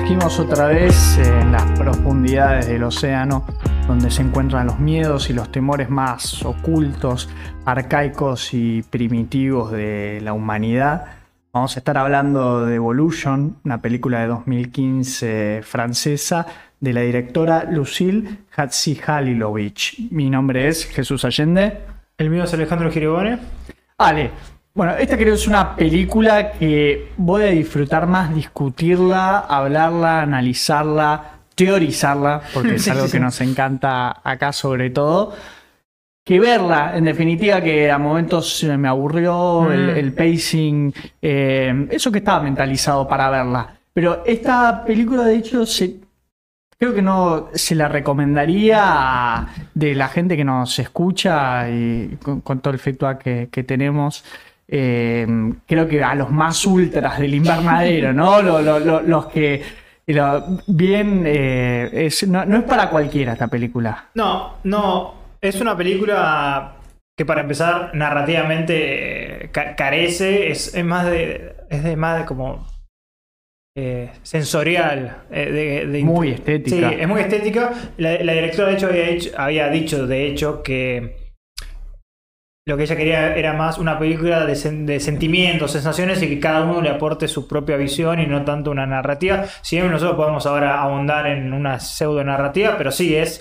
sumergimos otra vez en las profundidades del océano, donde se encuentran los miedos y los temores más ocultos, arcaicos y primitivos de la humanidad. Vamos a estar hablando de Evolution, una película de 2015 francesa de la directora Lucille Hatzihalilovic. Mi nombre es Jesús Allende. El mío es Alejandro Giribone. Vale. Bueno, esta creo que es una película que voy a disfrutar más discutirla, hablarla, analizarla, teorizarla, porque es algo que nos encanta acá sobre todo, que verla. En definitiva, que a momentos me aburrió el pacing, eso que estaba mentalizado para verla. Pero esta película, de hecho, creo que no se la recomendaría de la gente que nos escucha y con todo el feedback que tenemos. Creo que a los más ultras del invernadero, ¿no? Los que bien no es para cualquiera esta película. No, es una película que, para empezar, narrativamente carece, es más de como sensorial, muy estética. Sí, es muy estética. La directora, de hecho, había dicho, de hecho, que lo que ella quería era más una película de sentimientos, sensaciones, y que cada uno le aporte su propia visión y no tanto una narrativa. Si bien nosotros podemos ahora ahondar en una pseudo narrativa, pero sí es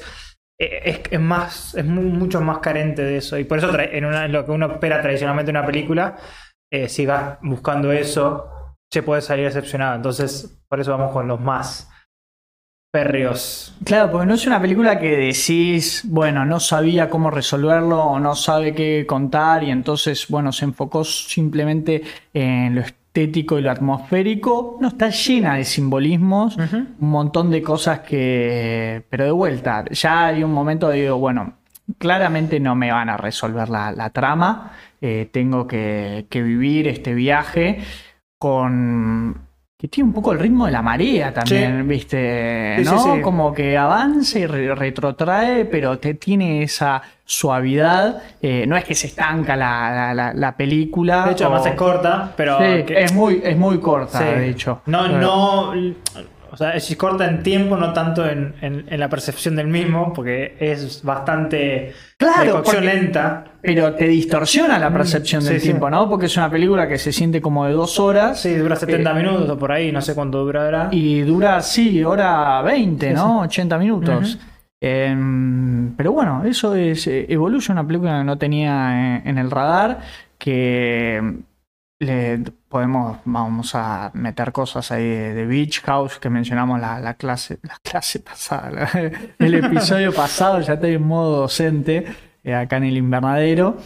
mucho más carente de eso. Y por eso en lo que uno espera tradicionalmente en una película, si vas buscando eso, se puede salir decepcionado. Entonces, por eso vamos con los más férreos. Claro, porque no es una película que decís, bueno, no sabía cómo resolverlo o no sabe qué contar, y entonces, bueno, se enfocó simplemente en lo estético y lo atmosférico. No, está llena de simbolismos, un montón de cosas pero de vuelta, ya hay un momento de digo, bueno, claramente no me van a resolver la trama, tengo que vivir este viaje que tiene un poco el ritmo de la marea también, sí. ¿Viste? ¿No? Sí. Como que avanza y retrotrae, pero tiene esa suavidad. No es que se estanca la película. De hecho, además es corta, pero sí, es muy corta, sí. De hecho. O sea, es corta en tiempo, no tanto en la percepción del mismo, porque es bastante de cocción lenta. Pero te distorsiona la percepción del tiempo, ¿no? Porque es una película que se siente como de 2 horas. Sí, dura 70 minutos o por ahí, no sé cuánto durará. Y dura, hora 20, ¿no? 80 minutos. Pero bueno, eso es Evolution, una película que no tenía en el radar, que vamos a meter cosas ahí de Beach House, que mencionamos la clase pasada, el episodio pasado, ya estoy en modo docente acá en el invernadero.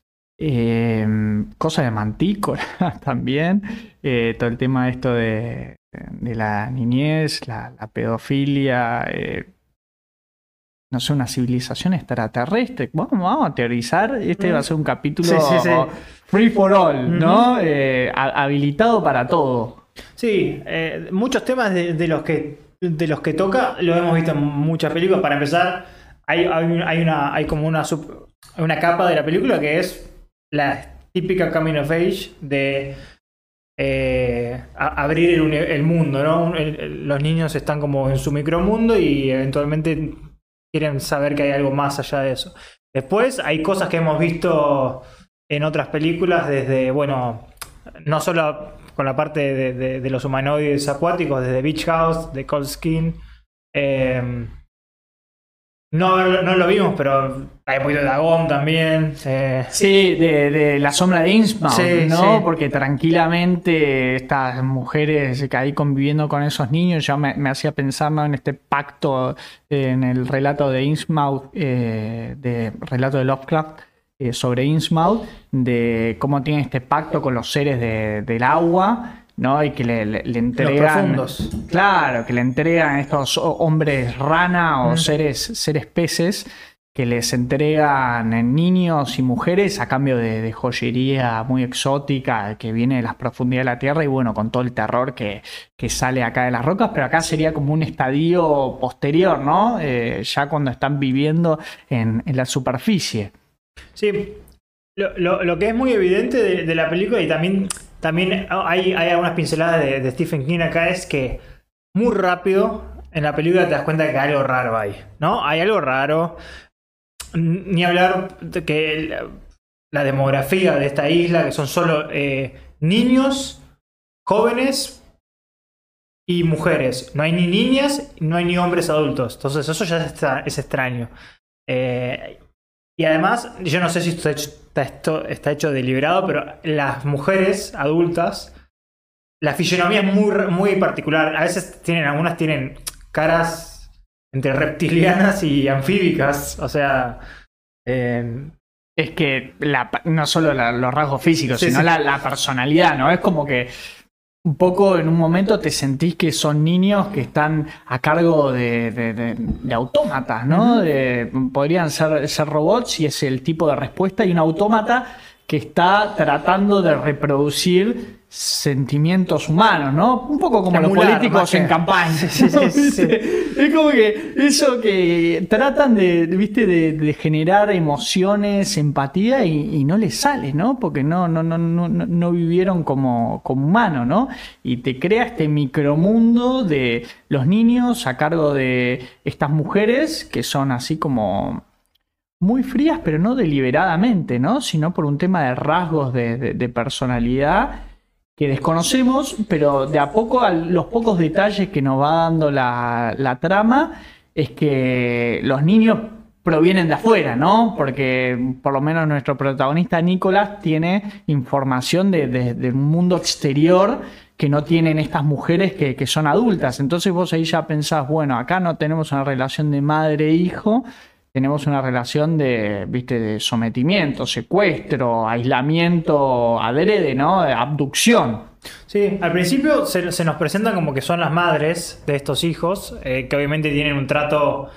Cosas de Mantícora también, todo el tema esto de la niñez, la pedofilia, no sé, una civilización extraterrestre. Vamos a teorizar. Este va a ser un capítulo free for all, ¿no? Habilitado para todo. Sí, muchos temas de los que toca lo hemos visto en muchas películas. Para empezar, hay como una capa de la película que es la típica coming of age de abrir el mundo, ¿no? Los niños están como en su micromundo y eventualmente quieren saber que hay algo más allá de eso. Después hay cosas que hemos visto en otras películas, desde, bueno, no solo con la parte de los humanoides acuáticos, desde Beach House, de Cold Skin. No lo vimos, pero hay un poquito de Dagon también. Sí, de La sombra de Innsmouth, sí, ¿no? Sí. Porque tranquilamente estas mujeres que ahí conviviendo con esos niños ya me hacía pensar, ¿no?, en este pacto, en el relato de Innsmouth, relato de Lovecraft, sobre Innsmouth, de cómo tiene este pacto con los seres del agua, ¿no? Y que le entregan. Los profundos. Claro, que le entregan estos hombres rana o seres peces, que les entregan niños y mujeres a cambio de joyería muy exótica que viene de las profundidades de la tierra, y bueno, con todo el terror que sale acá de las rocas. Pero acá sería como un estadio posterior, ¿no? Ya cuando están viviendo en la superficie. Sí, lo que es muy evidente de la película, y también hay algunas pinceladas de Stephen King acá, es que muy rápido en la película te das cuenta de que hay algo raro ahí, ¿no? Hay algo raro. Ni hablar de que la demografía de esta isla, que son solo niños, jóvenes y mujeres. No hay ni niñas, no hay ni hombres adultos. Entonces eso ya es extraño. Y además, yo no sé si esto está hecho deliberado, pero las mujeres adultas, la fisionomía es muy particular. A veces algunas tienen caras entre reptilianas y anfíbicas. O sea... es que no solo los rasgos físicos, Sí, sino sí. la personalidad, ¿no? Es como que un poco en un momento te sentís que son niños que están a cargo de autómatas, ¿no? Podrían ser robots y es el tipo de respuesta, y un autómata que está tratando de reproducir sentimientos humanos, ¿no? Un poco como los Emular, políticos más que- en campaña. Sí, sí, ¿no? sí, sí. Es como que eso que tratan ¿viste? De generar emociones, empatía y no les sale, ¿no? Porque no vivieron como humanos, ¿no? Y te crea este micromundo de los niños a cargo de estas mujeres que son así como muy frías, pero no deliberadamente, ¿no? Sino por un tema de rasgos de personalidad que desconocemos, pero de a poco, a los pocos detalles que nos va dando la trama, es que los niños provienen de afuera, ¿no? Porque por lo menos nuestro protagonista Nicolás tiene información de un mundo exterior que no tienen estas mujeres que son adultas. Entonces vos ahí ya pensás, bueno, acá no tenemos una relación de madre-hijo, tenemos una relación ¿viste? De sometimiento, secuestro, aislamiento adrede, ¿no? Abducción. Sí, al principio se nos presentan como que son las madres de estos hijos, que obviamente tienen un trato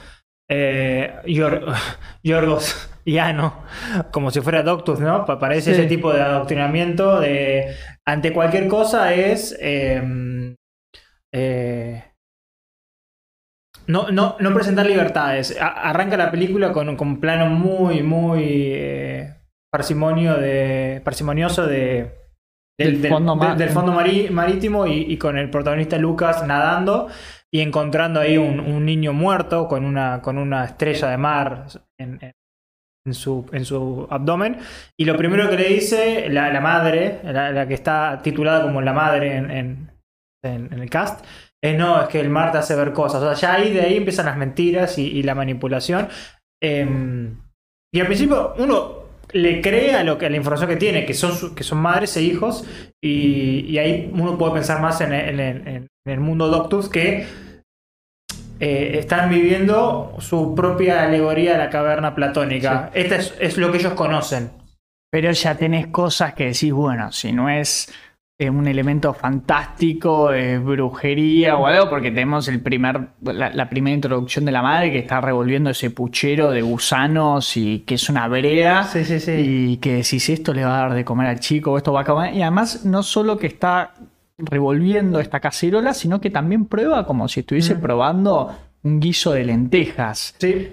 yorgosiano, como si fuera Doctus, ¿no? Parece Sí. ese tipo de adoctrinamiento de ante cualquier cosa es no presentar libertades. Arranca la película con un plano muy parsimonioso Del fondo del fondo marítimo y con el protagonista Lucas nadando y encontrando ahí un niño muerto con una estrella de mar en su abdomen. Y lo primero que le dice la madre, la que está titulada como la madre en el cast, no, es que el mar te hace ver cosas. O sea, ya de ahí empiezan las mentiras y la manipulación. Y al principio uno le cree a la información que tiene, que son madres e hijos, y ahí uno puede pensar más en el mundo Doctus, que están viviendo su propia alegoría de la caverna platónica. Sí. Esta es lo que ellos conocen. Pero ya tenés cosas que decís, bueno, si no es un elemento fantástico, brujería o algo, porque tenemos la primera introducción de la madre que está revolviendo ese puchero de gusanos y que es una brea. Sí, sí, sí. Y que decís, esto le va a dar de comer al chico, o esto va a comer. Y además, no solo que está revolviendo esta cacerola, sino que también prueba como si estuviese probando un guiso de lentejas. Sí.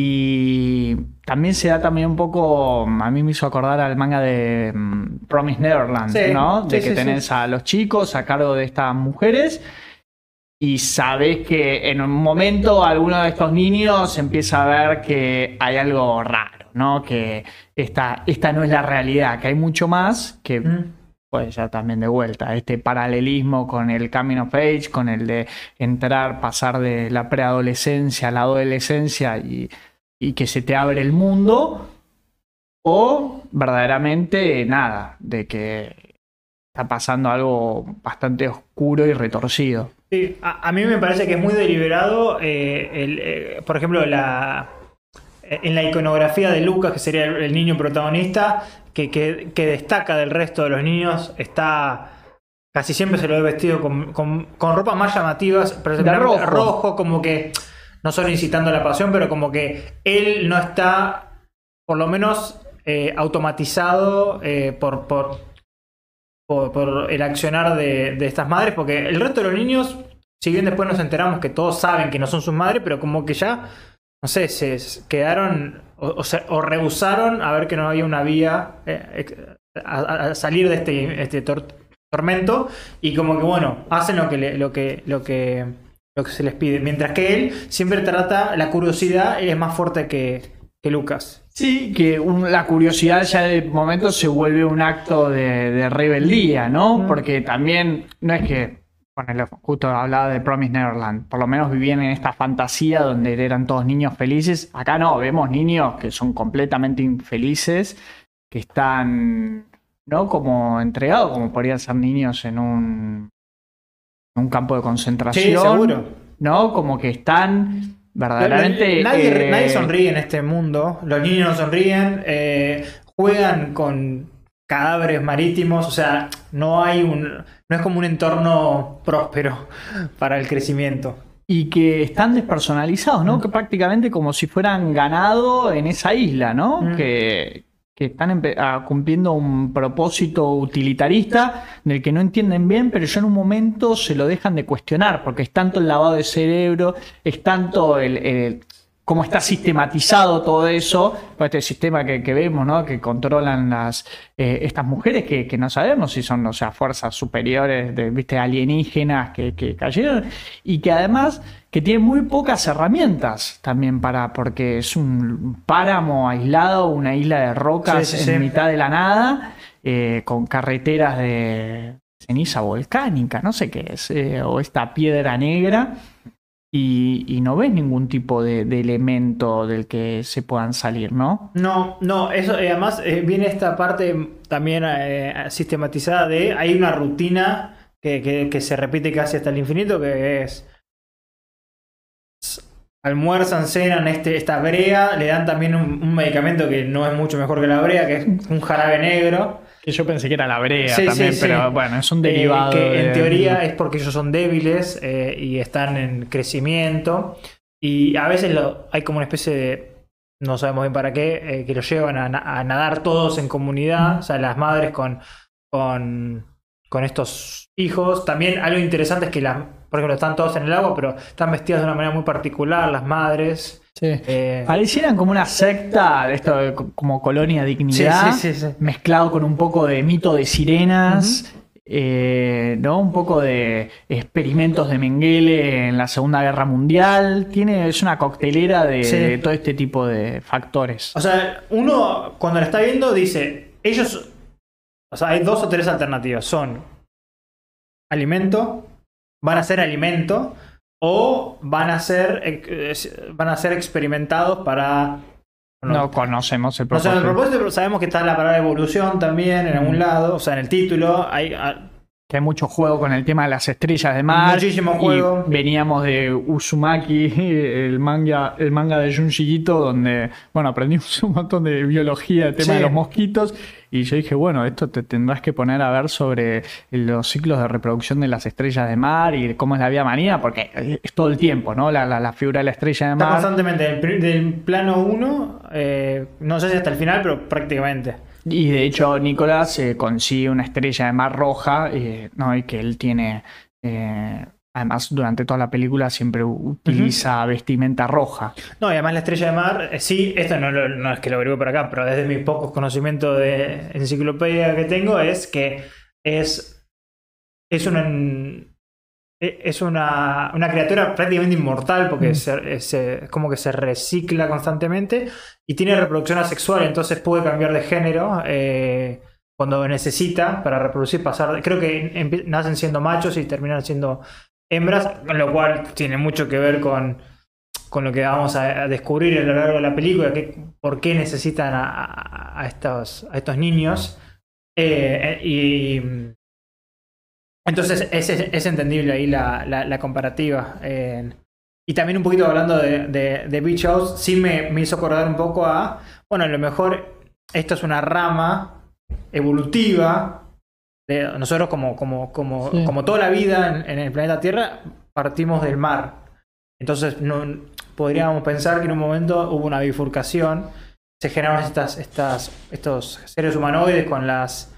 Y también se da también un poco, a mí me hizo acordar al manga de Promised Neverland, Sí, ¿no? De sí, que sí, tenés sí. a los chicos a cargo de estas mujeres y sabés que en un momento alguno de estos niños empieza a ver que hay algo raro, ¿no? Que esta no es la realidad, que hay mucho más que... Pues ya también de vuelta, este paralelismo con el coming of age, con el de entrar, pasar de la preadolescencia a la adolescencia y que se te abre el mundo, o verdaderamente nada, de que está pasando algo bastante oscuro y retorcido. Sí, a mí me parece que es muy deliberado, por ejemplo, en la iconografía de Lucas, que sería el niño protagonista, que destaca del resto de los niños, está casi siempre se lo ve vestido con ropas más llamativas, pero De rojo. como que no solo incitando la pasión, pero como que él no está, por lo menos, automatizado por el accionar de estas madres, porque el resto de los niños, si bien después nos enteramos que todos saben que no son sus madres, pero como que ya, no sé, se quedaron o rehusaron a ver que no había una vía a salir de este tormento, y como que bueno, hacen lo que lo que se les pide. Mientras que él siempre trata la curiosidad y es más fuerte que Lucas. Sí, que la curiosidad ya de momento se vuelve un acto de rebeldía, ¿no? Porque también no es que, bueno, justo hablaba de Promised Neverland, por lo menos vivían en esta fantasía donde eran todos niños felices. Acá no, vemos niños que son completamente infelices, que están, ¿no? Como entregados, como podrían ser niños en un campo de concentración. Sí, seguro. ¿No? Como que están verdaderamente... Nadie sonríe en este mundo. Los niños no sonríen. Juegan con cadáveres marítimos. O sea, no es como un entorno próspero para el crecimiento. Y que están despersonalizados, ¿no? Que prácticamente como si fueran ganado en esa isla, ¿no? Que están cumpliendo un propósito utilitarista del que no entienden bien, pero ya en un momento se lo dejan de cuestionar, porque es tanto el lavado de cerebro, es tanto cómo está sistematizado todo eso, este sistema que vemos, ¿no? Que controlan estas mujeres que no sabemos si son, o sea, fuerzas superiores, ¿viste? Alienígenas que cayeron, y que además que tienen muy pocas herramientas también porque es un páramo aislado, una isla de rocas en mitad de la nada, con carreteras de ceniza volcánica, no sé qué es, o esta piedra negra. Y no ves ningún tipo de elemento del que se puedan salir, ¿no? No, eso además viene esta parte también sistematizada de... Hay una rutina que se repite casi hasta el infinito, que es... Almuerzan, cenan esta brea, le dan también un medicamento que no es mucho mejor que la brea, que es un jarabe negro. Que yo pensé que era la brea también, pero bueno, es un derivado. Que en teoría es porque ellos son débiles y están en crecimiento. Y a veces hay como una especie de, no sabemos bien para qué, que los llevan a nadar todos en comunidad. O sea, las madres con estos hijos. También algo interesante es que por ejemplo, están todos en el agua, pero están vestidas de una manera muy particular, las madres. Sí. Parecieran como una secta de esto, como colonia dignidad, sí. mezclado con un poco de mito de sirenas, ¿no? Un poco de experimentos de Mengele en la Segunda Guerra Mundial. Es una coctelera de todo este tipo de factores. O sea, uno cuando la está viendo dice, ellos, o sea, hay 2 o 3 alternativas. Son alimento, van a ser alimento, o van a ser experimentados para... No conocemos el propósito. No sabemos el propósito, pero sabemos que está la palabra evolución también en algún lado. O sea, en el título que hay mucho juego con el tema de las estrellas de mar. Muchísimo juego. Veníamos de Uzumaki, el manga de Junji Ito, donde, bueno, aprendimos un montón de biología, el tema de los mosquitos. Y yo dije, bueno, esto te tendrás que poner a ver sobre los ciclos de reproducción de las estrellas de mar y cómo es la vida marina, porque es todo el tiempo, ¿no? La figura de la estrella de mar. Está constantemente del plano 1, no sé si hasta el final, pero prácticamente. Y de hecho Nicolás consigue una estrella de mar roja, ¿no? Y que él tiene, además durante toda la película siempre utiliza vestimenta roja. No, y además la estrella de mar, sí, esto no es que lo averigüe por acá, pero desde mis pocos conocimientos de enciclopedia que tengo, es que es una criatura prácticamente inmortal, porque es como que se recicla constantemente y tiene reproducción asexual, entonces puede cambiar de género cuando necesita para reproducir, creo que nacen siendo machos y terminan siendo hembras, lo cual tiene mucho que ver con lo que vamos a descubrir a lo largo de la película, por qué necesitan a estos niños. Entonces es entendible ahí la comparativa. Y también un poquito hablando de Beach House, sí me hizo acordar un poco a lo mejor esto es una rama evolutiva de nosotros como toda la vida en el planeta Tierra partimos del mar. Entonces podríamos pensar que en un momento hubo una bifurcación, se generaron estos seres humanoides con las...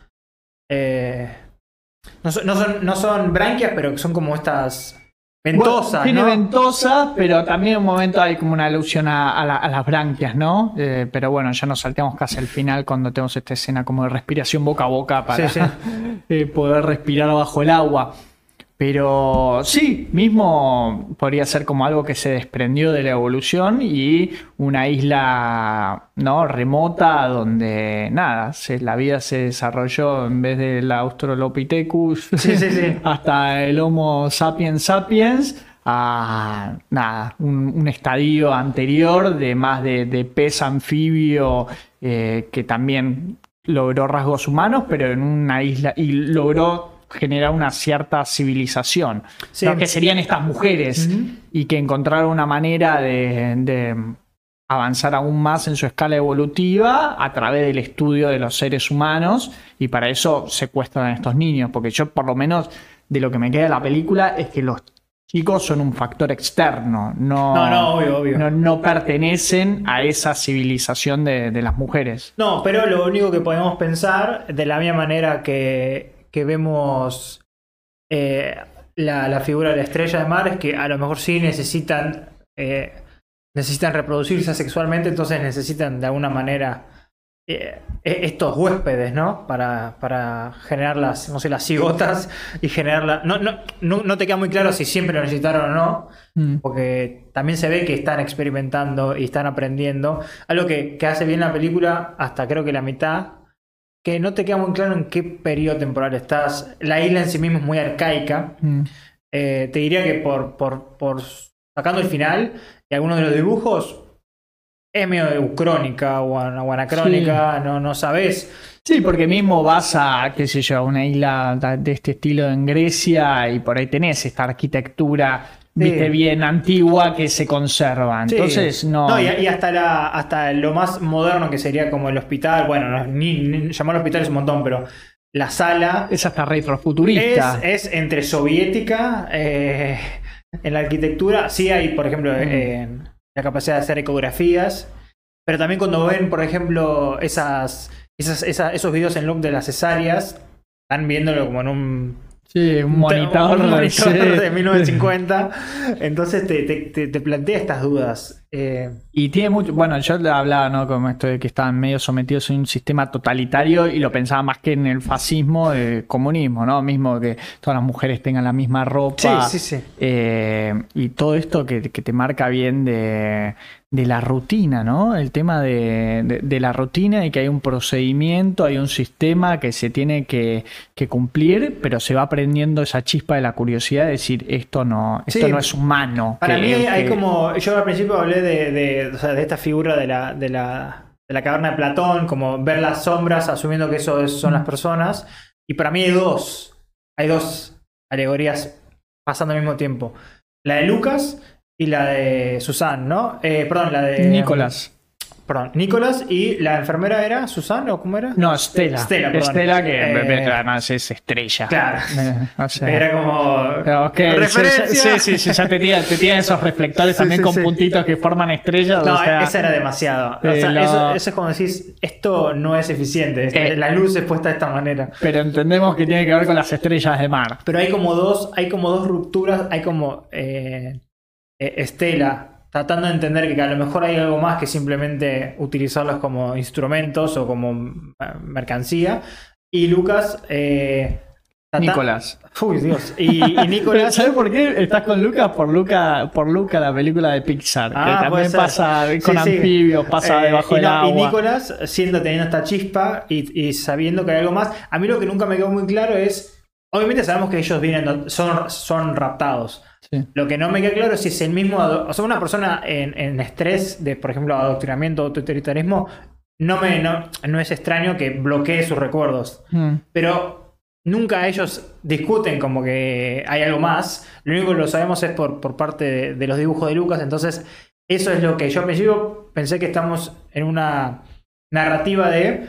No son branquias, pero son como estas ventosas, bueno, tiene ¿no? ventosas, pero también en un momento hay como una alusión a las branquias, ¿no? Pero bueno, ya nos salteamos casi al final cuando tenemos esta escena como de respiración boca a boca para poder respirar bajo el agua. Pero sí, mismo podría ser como algo que se desprendió de la evolución y una isla, ¿no?, remota donde nada, la vida se desarrolló en vez del Australopithecus hasta el Homo sapiens sapiens a nada, un estadio anterior de más de pez anfibio que también logró rasgos humanos, pero en una isla y logró generar una cierta civilización, ¿no?, que serían estas mujeres y que encontraron una manera de avanzar aún más en su escala evolutiva a través del estudio de los seres humanos, y para eso secuestran a estos niños, porque yo por lo menos de lo que me queda de la película es que los chicos son un factor externo, obvio. No pertenecen a esa civilización de las mujeres. No, pero lo único que podemos pensar, de la misma manera que vemos la figura de la estrella de mar, es que a lo mejor sí necesitan reproducirse sexualmente, entonces necesitan de alguna manera estos huéspedes, ¿no? Para generar las cigotas y generar no te queda muy claro si siempre lo necesitaron o no, porque también se ve que están experimentando y están aprendiendo. Algo que hace bien la película hasta creo que la mitad, que no te queda muy claro en qué periodo temporal estás. La isla en sí misma es muy arcaica. Te diría que por sacando el final y algunos de los dibujos, es medio ucrónica o anacrónica, no sabes. Sí, porque mismo vas a, qué sé yo, una isla de este estilo en Grecia y por ahí tenés esta arquitectura, viste, bien antigua que se conserva. Entonces, y hasta lo más moderno que sería como el hospital, bueno, llamar hospital es un montón, pero la sala es hasta retrofuturista. Es entre soviética, en la arquitectura. Sí hay, por ejemplo, la capacidad de hacer ecografías, pero también cuando ven, por ejemplo, esos videos en loop de las cesáreas, están viéndolo como en un monitor de 1950. Entonces te plantea estas dudas. Y tiene mucho. Bueno, yo hablaba, ¿no?, como esto de que estaban medio sometidos a un sistema totalitario, y lo pensaba más que en el fascismo, comunismo, ¿no? Mismo que todas las mujeres tengan la misma ropa. Sí. Y todo esto que te marca bien de la rutina, ¿no? El tema de la rutina y que hay un procedimiento, hay un sistema que se tiene que cumplir, pero se va aprendiendo esa chispa de la curiosidad de decir, esto no es humano. Para mí hay como, yo al principio hablé de esta figura de la caverna de Platón, como ver las sombras asumiendo que eso son las personas, y para mí hay dos alegorías pasando al mismo tiempo. La de Lucas y la de Susan, ¿no? Perdón, la de Nicolás. Perdón, Nicolás, y la enfermera era Susan, ¿o cómo era? No, Estela. Estela, que además es estrella. Claro. O sea, era como referencia. Sí, ya te tiran esos reflectores también con puntitos que forman estrellas. No, esa era demasiado. Eso es como decís, esto no es eficiente. La luz es puesta de esta manera. Pero entendemos que tiene que ver con las estrellas de mar. Pero hay como dos rupturas, hay como Estela tratando de entender que a lo mejor hay algo más que simplemente utilizarlos como instrumentos o como mercancía. Y Lucas... Nicolás. Uy, Dios. Y Nicolás... ¿Sabes por qué estás con Lucas? Por Luca, la película de Pixar. Que también pasa con anfibios, pasa debajo del agua. Y Nicolás, teniendo esta chispa y sabiendo que hay algo más. A mí lo que nunca me quedó muy claro es... Obviamente sabemos que ellos son raptados. Sí. Lo que no me queda claro es si es el mismo... O sea, una persona en estrés de, por ejemplo, adoctrinamiento o autoritarismo, no es extraño que bloquee sus recuerdos. Pero nunca ellos discuten como que hay algo más. Lo único que lo sabemos es por parte de los dibujos de Lucas. Entonces, eso es lo que yo al principio pensé que estamos en una narrativa de...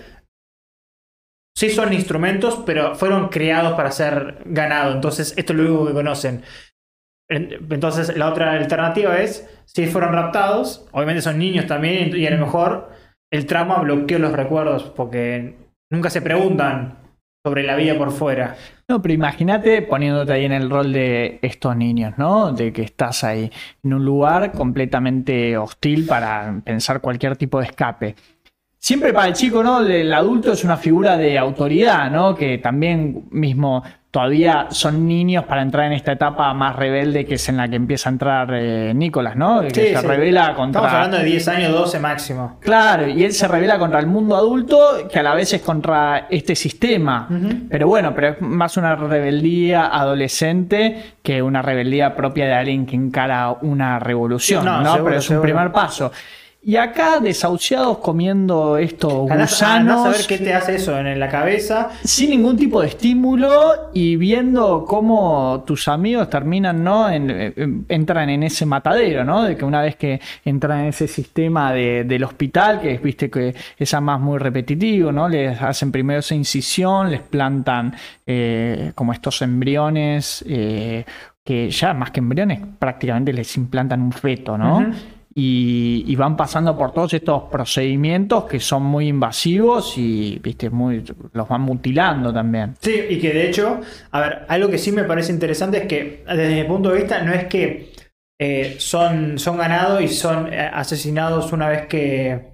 Sí son instrumentos, pero fueron creados para ser ganado. Entonces, esto es lo único que conocen. Entonces, la otra alternativa es, si fueron raptados, obviamente son niños también, y a lo mejor el trauma bloqueó los recuerdos, porque nunca se preguntan sobre la vida por fuera. No, pero imagínate poniéndote ahí en el rol de estos niños, ¿no? De que estás ahí en un lugar completamente hostil para pensar cualquier tipo de escape. Siempre para el chico, ¿no? El adulto es una figura de autoridad, ¿no? Que también mismo todavía son niños para entrar en esta etapa más rebelde que es en la que empieza a entrar Nicholas, ¿no? Que se revela contra... Estamos hablando de 10 años, 12 máximo. Claro, y él se revela contra el mundo adulto, que a la vez es contra este sistema. Pero bueno, pero es más una rebeldía adolescente que una rebeldía propia de alguien que encara una revolución, ¿no? Seguro, pero es un primer paso. Y acá, desahuciados comiendo estos gusanos. Andás a ver qué te hace eso en la cabeza. Sin ningún tipo de estímulo y viendo cómo tus amigos terminan, ¿no? Entran en ese matadero, ¿no? De que una vez que entran en ese sistema del hospital, que viste que es además muy repetitivo, ¿no? Les hacen primero esa incisión, les plantan como estos embriones, que ya más que embriones prácticamente les implantan un feto, ¿no? Y van pasando por todos estos procedimientos que son muy invasivos y viste los van mutilando también. Sí, y que de hecho, a ver, algo que sí me parece interesante es que desde mi punto de vista no es que son ganados y son asesinados una vez que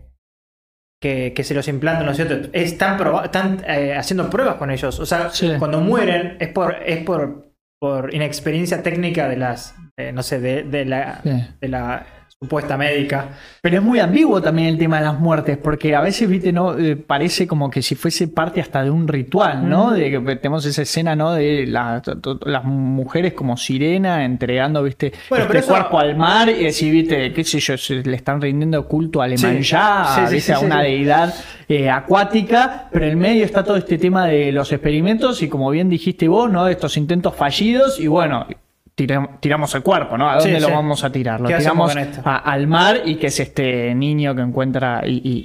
se los implantan, ¿no es cierto? Están haciendo pruebas con ellos. O sea, cuando mueren es por inexperiencia técnica de las no sé, de la supuesta médica. Pero es muy ambiguo también el tema de las muertes, porque a veces, viste, ¿no? Parece como que si fuese parte hasta de un ritual, ¿no? De que tenemos esa escena, ¿no? De las mujeres como sirena entregando, viste, cuerpo al mar y decir, viste, qué sé yo, le están rindiendo culto a Alemanjá, viste, a una deidad acuática, pero en el medio está todo este tema de los experimentos y como bien dijiste vos, ¿no? Estos intentos fallidos y bueno... Tiramos el cuerpo, ¿no? ¿A dónde lo vamos a tirar? Lo tiramos al mar y que es este niño que encuentra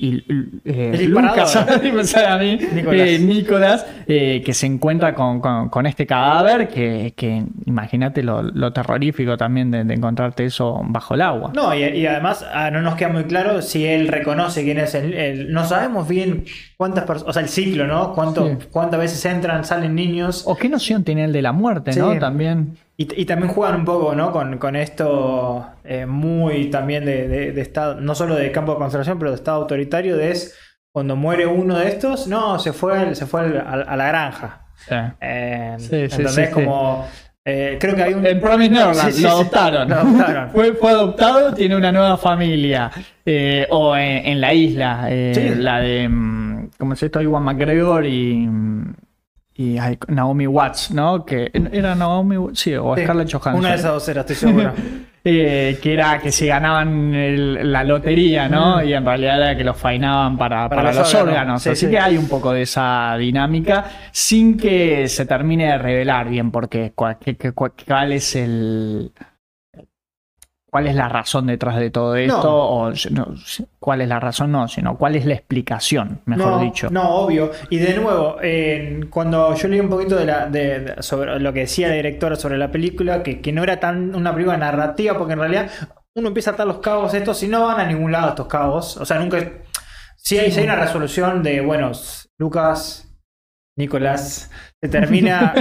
Lucas, a mí, Nicolás, que se encuentra con este cadáver que imagínate lo terrorífico también de encontrarte eso bajo el agua. No, y además no nos queda muy claro si él reconoce quién es él. No sabemos bien cuántas personas, o sea, el ciclo, ¿no? Cuántas veces entran, salen niños. O qué noción tiene él de la muerte, ¿no? También... Y también juegan un poco, ¿no? con esto muy también de estado, no solo de campo de concentración, pero de estado autoritario, cuando muere uno de estos, no, se fue a la granja. Entonces como... creo que hay un... En Promise Neverland lo adoptaron. Fue adoptado, tiene una nueva familia. O en la isla, la de... ¿cómo se llama? Iwan McGregor y Naomi Watts, ¿no? Que era Naomi Watts, sí, o Scarlett Johansson. Una de esas dos era, estoy seguro. Que era que se ganaban la lotería, ¿no? Y en realidad era que los fainaban para los órganos. Así que hay un poco de esa dinámica sin que se termine de revelar bien porque cuál es ¿cuál es la razón detrás de todo esto? ¿Cuál es la razón? No, sino cuál es la explicación, mejor dicho. No, obvio. Y de nuevo, cuando yo leí un poquito sobre lo que decía la directora sobre la película, que no era tan una película narrativa, porque en realidad uno empieza a atar los cabos estos y no van a ningún lado estos cabos. O sea, nunca... Si hay una resolución de, bueno, Lucas, Nicolás... Se termina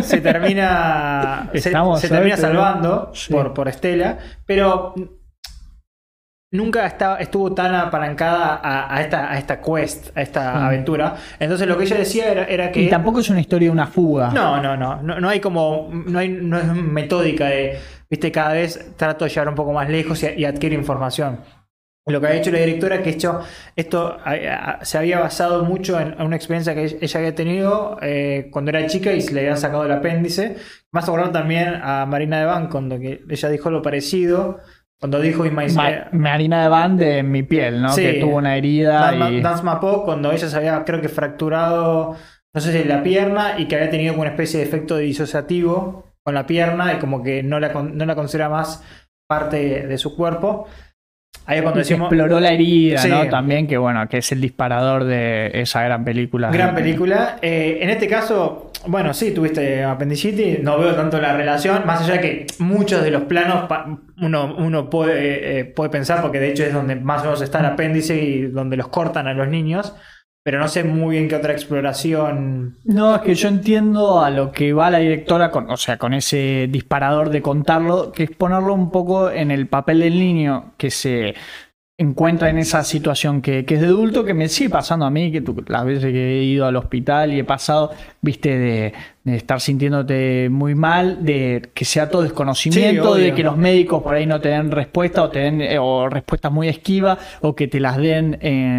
salvando por Estela, pero nunca estuvo tan apalancada a esta quest, a esta aventura. Entonces lo que ella decía era que... Y tampoco es una historia de una fuga. No hay como... No es metódica de... Viste, cada vez trato de llegar un poco más lejos y adquirir información. Lo que ha hecho la directora, que esto se había basado mucho en una experiencia que ella había tenido cuando era chica y se le habían sacado el apéndice. Más acordar también a Marina de Van, cuando ella dijo lo parecido, cuando dijo Marina de Van de Mi piel, ¿no? Sí, que tuvo una herida. Dance Mapo, cuando ella se había, creo que fracturado, no sé si la pierna, y que había tenido como una especie de efecto disociativo con la pierna y como que no la considera más parte de su cuerpo. Ahí es cuando decimos, exploró la herida, ¿no? También, que bueno, que es el disparador de esa gran película. Gran película. En este caso, bueno, sí, tuviste apendicitis, no veo tanto la relación, más allá de que muchos de los planos uno puede pensar, porque de hecho es donde más o menos está el apéndice y donde los cortan a los niños. Pero no sé muy bien qué otra exploración... No, es que yo entiendo a lo que va la directora, con ese disparador de contarlo, que es ponerlo un poco en el papel del niño que se encuentra en esa situación que es de adulto, que me sigue pasando a mí, que las veces que he ido al hospital y he pasado, viste, de estar sintiéndote muy mal, de que sea todo desconocimiento, Sí, de obvio. que los médicos por ahí no te den respuesta o te den o respuestas muy esquivas o que te las den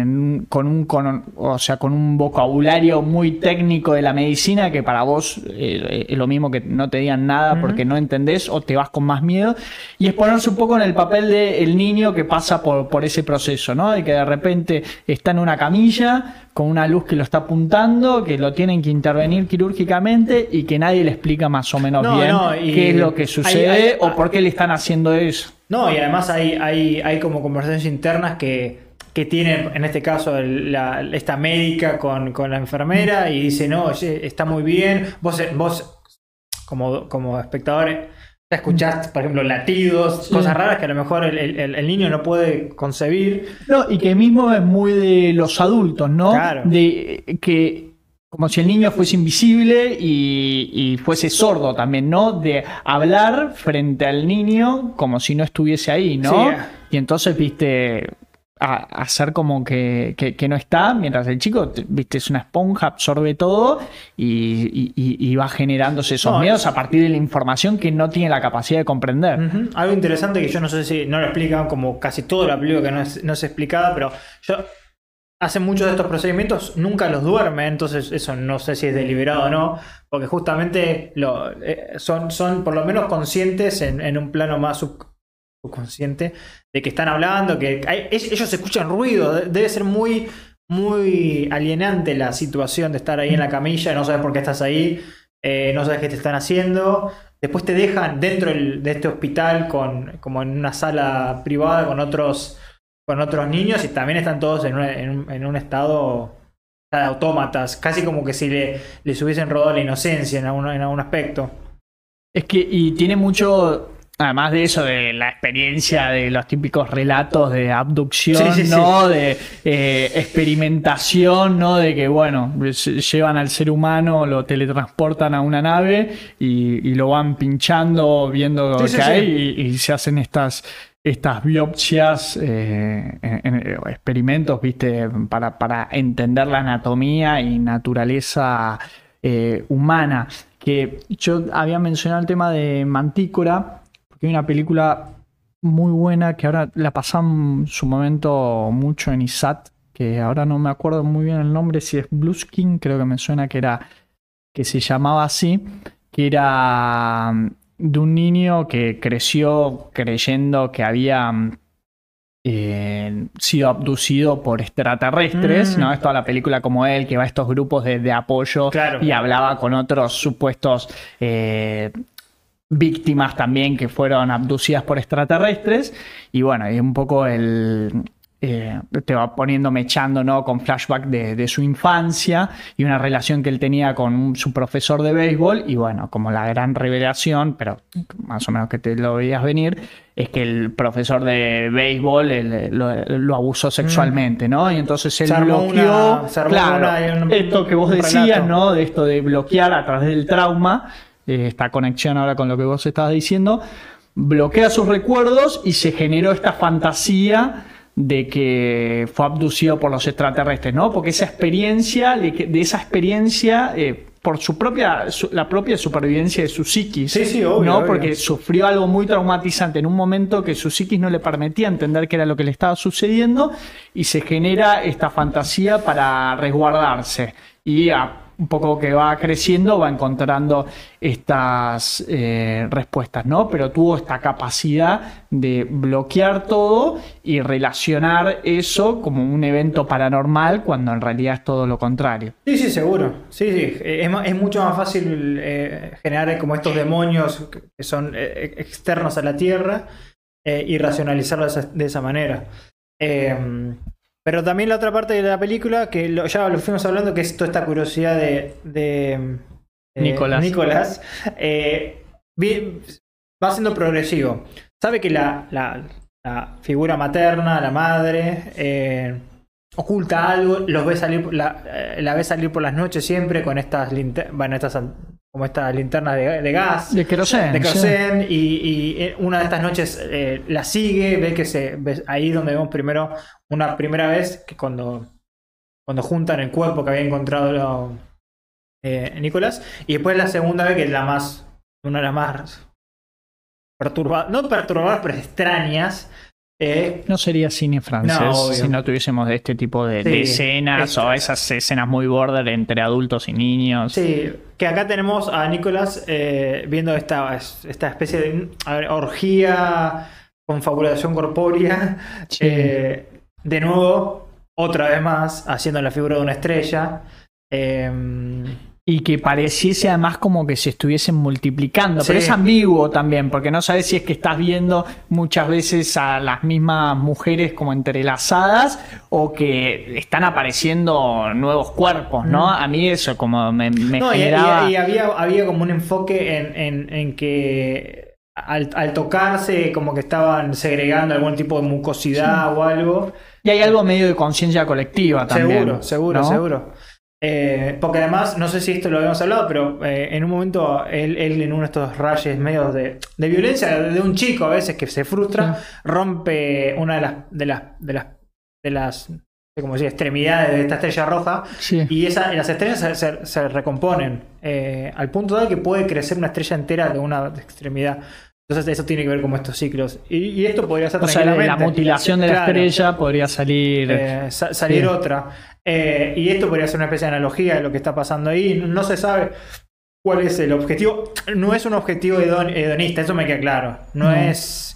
o sea, con un vocabulario muy técnico de la medicina que para vos es lo mismo que no te digan nada porque no entendés o te vas con más miedo. Y es ponerse un poco en el papel del niño que pasa por ese proceso, ¿no? De que de repente está en una camilla con una luz que lo está apuntando, que lo tienen que intervenir quirúrgicamente y que nadie le explica más o menos bien qué es lo que sucede o por qué le están haciendo eso. No, y además hay como conversaciones internas que tiene, en este caso, esta médica con la enfermera y dice, no, oye, está muy bien. Vos como espectador, escuchás, por ejemplo, latidos, cosas raras que a lo mejor el niño no puede concebir. No, y que mismo es muy de los adultos, ¿no? Claro. De que como si el niño fuese invisible y fuese sordo también, ¿no? De hablar frente al niño como si no estuviese ahí, ¿no? Sí. Y entonces, viste, hacer como que no está, mientras el chico, viste, es una esponja, absorbe todo y va generándose esos miedos a partir de la información que no tiene la capacidad de comprender. Algo interesante que yo no sé si no lo explican, como casi todo la película que no es explicada, pero yo hacen muchos de estos procedimientos, nunca los duermen, entonces eso no sé si es deliberado o no, porque justamente son por lo menos conscientes en un plano más subconsciente de que están hablando, que ellos escuchan ruido, debe ser muy, muy alienante la situación de estar ahí en la camilla, no sabes por qué estás ahí, no sabes qué te están haciendo. Después te dejan dentro de este hospital como en una sala privada con otros niños y también están todos en un estado de autómatas, casi como que si les hubiesen robado la inocencia en algún aspecto. Es que, y tiene mucho, además de eso, de la experiencia de los típicos relatos de abducción, Sí. ¿no? De experimentación, ¿no? De que, bueno, llevan al ser humano, lo teletransportan a una nave y lo van pinchando, viendo Sí, que sí, hay y se hacen estas biopsias, experimentos, ¿viste? Para entender la anatomía y naturaleza humana. Que yo había mencionado el tema de Mantícora, porque hay una película muy buena que ahora la pasan en su momento mucho en ISAT, que ahora no me acuerdo muy bien el nombre, si es Blueskin, creo que me suena que se llamaba así, que era de un niño que creció creyendo que había sido abducido por extraterrestres, ¿no? Es toda la película como él, que va a estos grupos de apoyo, claro, y hablaba con otros supuestos víctimas también que fueron abducidas por extraterrestres, y bueno, es un poco te va poniendo mechando, ¿no? Con flashback de su infancia y una relación que él tenía con su profesor de béisbol, y bueno, como la gran revelación, pero más o menos que te lo veías venir, es que el profesor de béisbol lo abusó sexualmente, ¿no? Y entonces él bloqueó, esto que vos decías, ¿no? De esto de bloquear a través del trauma, esta conexión ahora con lo que vos estabas diciendo, bloquea sus recuerdos y se generó esta fantasía de que fue abducido por los extraterrestres, ¿no? Porque esa experiencia, de esa experiencia, por la propia supervivencia de su psiquis, sí, obvio, ¿no? obvio. Porque sufrió algo muy traumatizante en un momento que su psiquis no le permitía entender qué era lo que le estaba sucediendo, y se genera esta fantasía para resguardarse, y un poco que va creciendo va encontrando estas respuestas, ¿no? Pero tuvo esta capacidad de bloquear todo y relacionar eso como un evento paranormal cuando en realidad es todo lo contrario. Sí, seguro. Sí. Es mucho más fácil generar como estos demonios que son externos a la Tierra y racionalizarlos de esa manera. Pero también la otra parte de la película, que ya lo fuimos hablando, que es toda esta curiosidad de Nicolás, va siendo progresivo. Sabe que la figura materna, la madre, oculta algo, la ve salir por las noches siempre con estas linternas de gas, de querosén, y una de estas noches la sigue, ve ahí donde vemos primero una primera vez que cuando juntan el cuerpo que había encontrado Nicolás. Y después la segunda vez, que es una de las más perturbadas, no perturbadas, pero extrañas. No sería cine francés si no tuviésemos este tipo de escenas o esas escenas muy border entre adultos y niños. Sí, que acá tenemos a Nicolás viendo esta especie de orgía, confabulación corpórea. Sí. De nuevo, otra vez más, haciendo la figura de una estrella. Y que pareciese además como que se estuviesen multiplicando. Pero es ambiguo también, porque no sabes si es que estás viendo muchas veces a las mismas mujeres como entrelazadas o que están apareciendo nuevos cuerpos, ¿no? A mí eso como me generaba... Y había como un enfoque en que al tocarse como que estaban segregando algún tipo de mucosidad o algo. Y hay algo medio de conciencia colectiva también. Seguro. Porque además, no sé si esto lo habíamos hablado, pero en un momento él en uno de estos rayos medios de violencia de un chico a veces que se frustra, rompe una de las como decía, extremidades de esta estrella roja, y las estrellas se recomponen al punto tal que puede crecer una estrella entera de una extremidad. Entonces eso tiene que ver con estos ciclos. Y esto podría ser tranquilamente. La mutilación de la estrella podría salir otra. Y esto podría ser una especie de analogía de lo que está pasando ahí. No se sabe cuál es el objetivo. No es un objetivo hedonista, eso me queda claro. No es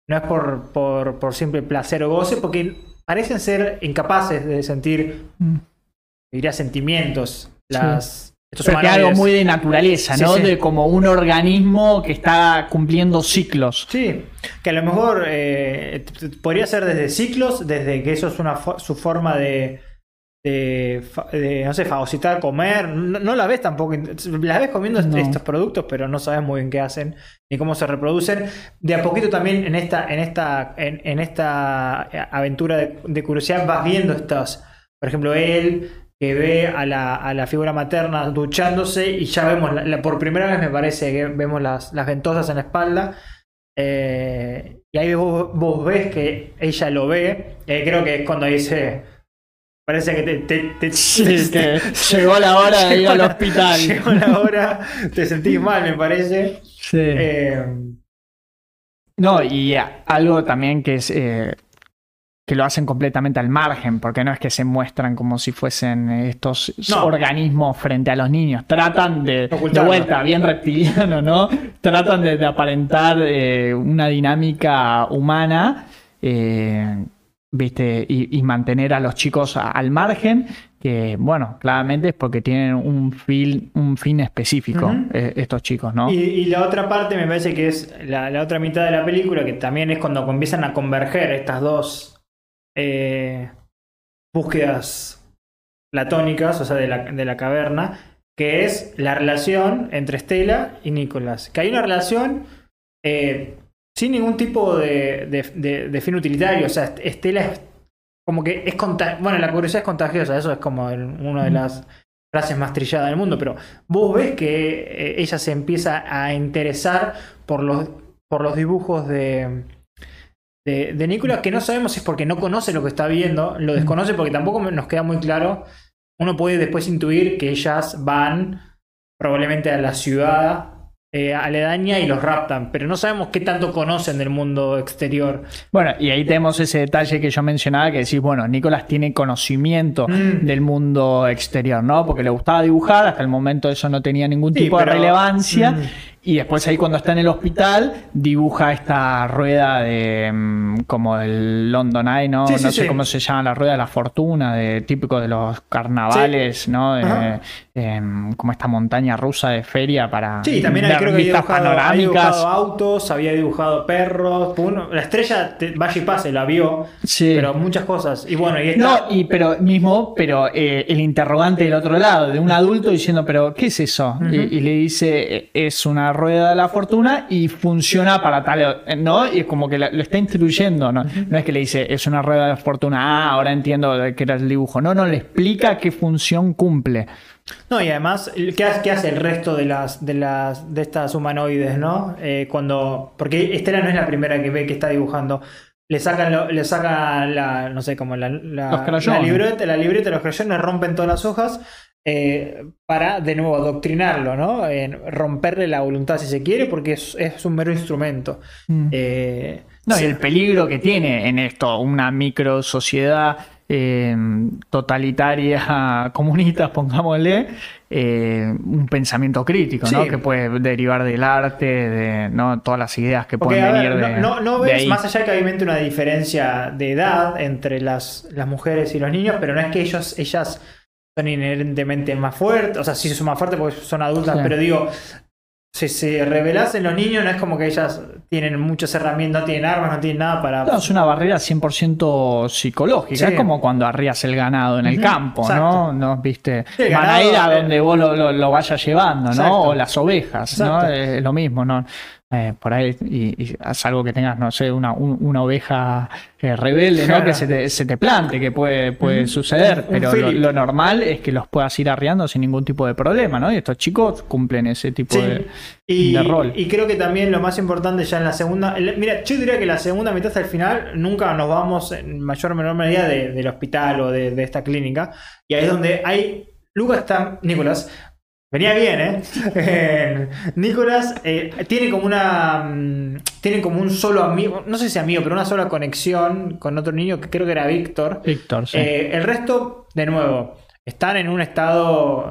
por simple placer o goce, porque parecen ser incapaces de sentir, diría, sentimientos. Pero que algo muy de naturaleza, ¿no? De como un organismo que está cumpliendo ciclos. Sí, que a lo mejor podría ser desde ciclos, desde que eso es su forma de no sé, fagocitar, comer. No la ves tampoco. La ves comiendo estos productos, pero no sabes muy bien qué hacen ni cómo se reproducen. De a poquito también en esta aventura de curiosidad vas viendo estas. Por ejemplo, él que ve a la figura materna duchándose y ya vemos, por primera vez me parece que vemos las ventosas en la espalda. Y ahí vos ves que ella lo ve. Creo que es cuando dice... Parece que que llegó la hora de ir al hospital. Llegó la hora, te sentís mal, me parece. Sí. No, y algo también que es... que lo hacen completamente al margen, porque no es que se muestran como si fuesen estos organismos frente a los niños. Tratan de vuelta, bien reptiliano, ¿no? Tratan de aparentar una dinámica humana, ¿viste? Y mantener a los chicos al margen, que, bueno, claramente es porque tienen un fin específico, estos chicos, ¿no? Y la otra parte me parece que es la otra mitad de la película, que también es cuando empiezan a converger estas dos búsquedas platónicas, o sea, de la caverna, que es la relación entre Stella y Nicolás. Que hay una relación sin ningún tipo de fin utilitario. O sea, Stella es como que es bueno, la curiosidad es contagiosa, eso es como una de las frases más trilladas del mundo, pero vos ves que ella se empieza a interesar por los dibujos de Nicolás, que no sabemos si es porque no conoce lo que está viendo, lo desconoce porque tampoco nos queda muy claro. Uno puede después intuir que ellas van probablemente a la ciudad aledaña y los raptan, pero no sabemos qué tanto conocen del mundo exterior. Bueno, y ahí tenemos ese detalle que yo mencionaba, que decís, bueno, Nicolás tiene conocimiento del mundo exterior, ¿no? Porque le gustaba dibujar, hasta el momento eso no tenía ningún tipo de relevancia. Y después ahí cuando está en el hospital dibuja esta rueda de como el London Eye, ¿no? No sé cómo se llama, la rueda de la fortuna, típico de los carnavales, ¿no? Como esta montaña rusa de feria para también creo que había dibujado autos, había dibujado perros. La estrella vaya y pase, la vio, pero muchas cosas. Y bueno, y esta... pero el interrogante del otro lado, de un adulto diciendo, pero ¿qué es eso? Y le dice, es una rueda de la fortuna y funciona para tal, ¿no? Y es como que lo está instruyendo, ¿no? No es que le dice, es una rueda de la fortuna, ahora entiendo que era el dibujo. No, le explica qué función cumple. No, y además, ¿qué hace el resto de estas humanoides, ¿no? Porque Estela no es la primera que ve que está dibujando. Le sacan la, no sé, como la libreta, los crayones, rompen todas las hojas. para de nuevo adoctrinarlo, ¿no? Romperle la voluntad si se quiere, porque es un mero instrumento. No, Sí. y el peligro que tiene en esto, una micro sociedad totalitaria, comunista, pongámosle, un pensamiento crítico, ¿no? Sí. Que puede derivar del arte, de, ¿no? Todas las ideas que Porque, pueden a ver, venir no de ves, ahí. más allá que obviamente una diferencia de edad entre las mujeres y los niños, pero no es que ellas son inherentemente más fuertes, o sea, sí son más fuertes porque son adultas, Sí. pero digo, si se revelasen los niños, no es como que ellas tienen muchas herramientas, no tienen armas, no tienen nada para... No, es una barrera 100% psicológica. Sí. Es como cuando arrías el ganado en el Ujú, campo, exacto. ¿no? ¿No? ¿Viste? Sí, el Van a ir a ganado, donde vos lo vayas llevando, Exacto. ¿no? O las ovejas, ¿no? Exacto. Es lo mismo, ¿no? Por ahí, y haz algo que tengas, no sé, una oveja rebelde, ¿no? Claro. Que se te plante, que puede suceder, Un pero Philip. lo normal es que los puedas ir arriando sin ningún tipo de problema, ¿no? Y estos chicos cumplen ese tipo Sí. Y, de rol. y creo que también lo más importante ya en la segunda... Mira, yo diría que la segunda mitad hasta el final nunca nos vamos en mayor o menor medida del hospital o de esta clínica. Y ahí es donde hay... Nicolás... Venía bien, ¿eh? Nicolás tiene como tiene como un solo amigo, no sé si amigo, pero una sola conexión con otro niño que creo que era Víctor. Víctor, sí. El resto, de nuevo, están en un estado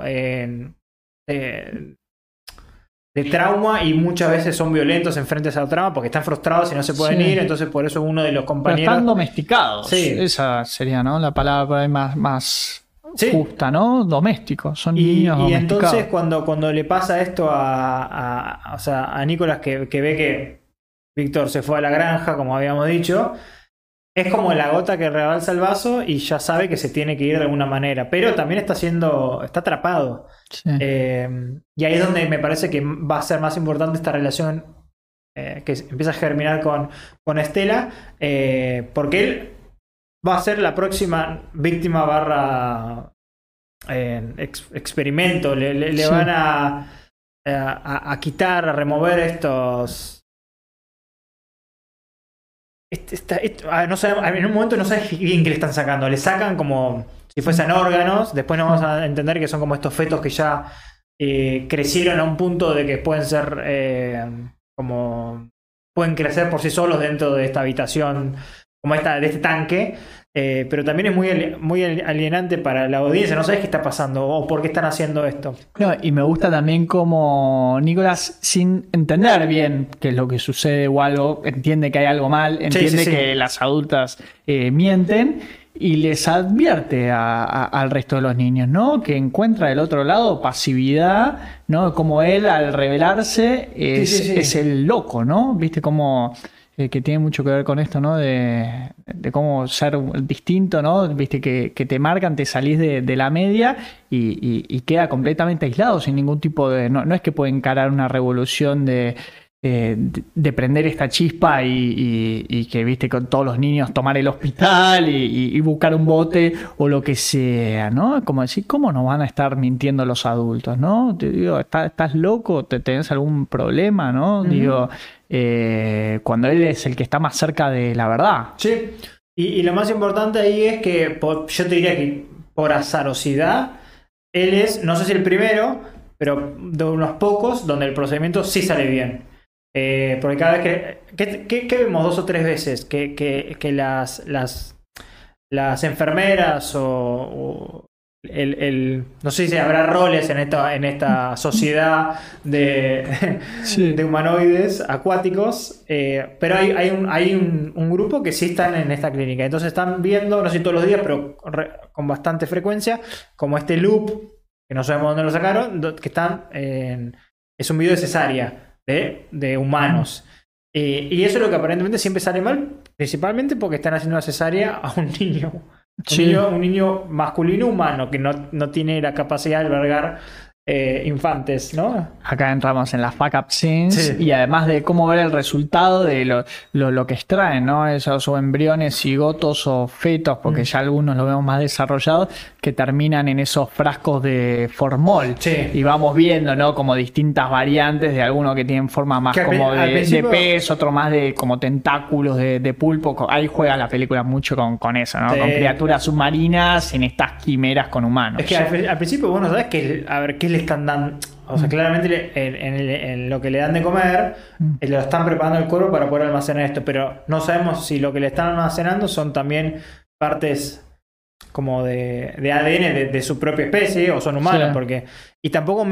de trauma y muchas veces son violentos en frente a esa trama porque están frustrados y no se pueden Sí. ir, entonces por eso uno de los Pero compañeros... están domesticados. Sí. Esa sería, ¿no? La palabra por ahí más Sí. justa, ¿no? Domésticos. Son niños Y domesticados. entonces cuando le pasa esto o sea, a Nicolás que ve que Víctor se fue a la granja, como habíamos dicho, es como la gota que rebalsa el vaso y ya sabe que se tiene que ir de alguna manera, pero también está atrapado. Sí. Y ahí es donde me parece que va a ser más importante esta relación que empieza a germinar con Estela, porque él va a ser la próxima víctima barra experimento. Le Sí. van a quitar, a remover estos... no sabemos, en un momento no sabes bien qué le están sacando. Le sacan como si fuesen órganos. Después nos vamos a entender que son como estos fetos que ya crecieron a un punto de que pueden ser como... Pueden crecer por sí solos dentro de esta habitación, como de este tanque. Pero también es muy alienante para la audiencia. No sabes qué está pasando o por qué están haciendo esto. No, y me gusta también como Nicolás, sin entender bien qué es lo que sucede o algo, entiende que hay algo mal, entiende sí. que las adultas mienten y les advierte al resto de los niños, ¿no? Que encuentra del otro lado pasividad, ¿no? Como él al rebelarse Sí. es el loco, ¿no? ¿Viste cómo... que tiene mucho que ver con esto, ¿no? De cómo ser distinto, ¿no? Viste que te marcan, te salís de la media y queda completamente aislado, sin ningún tipo de... No es que puede encarar una revolución de prender esta chispa y que, viste, con todos los niños tomar el hospital y buscar un bote o lo que sea, ¿no? Como decir, ¿cómo no van a estar mintiendo los adultos, no? Te digo, ¿estás loco? ¿Tenés algún problema, no? Uh-huh. Digo, cuando él es el que está más cerca de la verdad. Sí. Y lo más importante ahí es que yo te diría que por azarosidad, él es, no sé si el primero, pero de unos pocos donde el procedimiento sí sale bien. Porque cada vez que vemos 2 o 3 veces que las enfermeras o no sé si habrá roles en esta sociedad de humanoides acuáticos, pero hay un grupo que sí están en esta clínica. Entonces están viendo, no sé si todos los días, pero con bastante frecuencia, como este loop, que no sabemos dónde lo sacaron, que están es un video de cesárea de humanos. Y eso es lo que aparentemente siempre sale mal, principalmente porque están haciendo una cesárea a un niño. Un niño masculino humano que no tiene la capacidad de albergar infantes, ¿no? Acá entramos en las fuck up scenes Sí. y además de cómo ver el resultado de lo que extraen, ¿no? Esos o embriones, cigotos o fetos, porque ya algunos lo vemos más desarrollados, que terminan en esos frascos de formol. Sí. Y vamos viendo, ¿no? Como distintas variantes de algunos que tienen forma más Que como al de principio- pez, otro más de como tentáculos de pulpo. Ahí juega la película mucho con eso, ¿no? Sí. Con criaturas submarinas en estas quimeras con humanos. Es que al principio, bueno, sabes que, a ver, ¿qué le están dando? O sea, claramente en lo que le dan de comer, lo están preparando el cuerpo para poder almacenar esto, pero no sabemos si lo que le están almacenando son también partes como de ADN de su propia especie o son humanos, Sí. porque... Y tampoco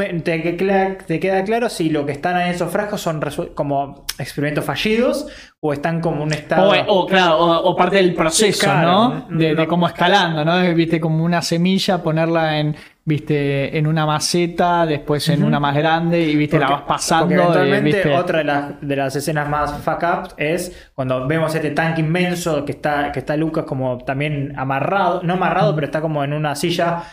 te queda claro si lo que están en esos frascos son como experimentos fallidos o están como un estado... Claro, o parte del proceso, Claro, ¿no? De no. cómo escalando, ¿no? Viste, como una semilla, ponerla en una maceta, después en una más grande y, viste, la vas pasando. Porque eventualmente ¿viste? otra de las escenas más fuck up es cuando vemos este tanque inmenso que está Lucas como también amarrado, no amarrado, pero está como en una silla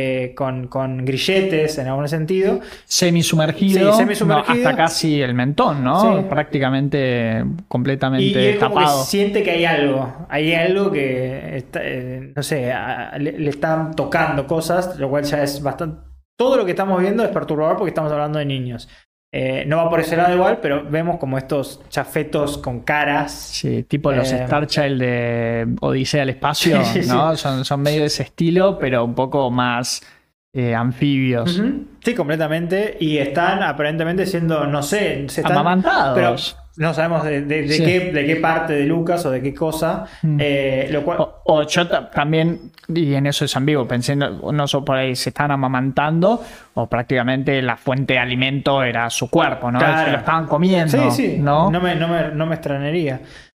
con grilletes en algún sentido. Semisumergido, Sí, semisumergido. no, hasta casi el mentón, ¿no? Sí. Prácticamente completamente Y él como que tapado. siente que hay algo que está, no sé, le están tocando cosas, lo cual ya es bastante... Todo lo que estamos viendo es perturbador porque estamos hablando de niños. No va por ese lado igual, pero vemos como estos chafetos con caras. Sí, tipo los Star Child de Odisea al espacio, Sí, sí, ¿no? Son medio de ese estilo, pero un poco más anfibios. Ujú. Sí, completamente. Y están aparentemente siendo, no sé, se están... Amamantados. Pero no sabemos de Sí. qué parte de Lucas o de qué cosa. Lo cual... O yo también, y en eso es ambiguo, pensé, no solo por ahí se están amamantando, o prácticamente la fuente de alimento era su cuerpo, ¿no? Claro. Se lo estaban comiendo, Sí. ¿no? No me extrañaría.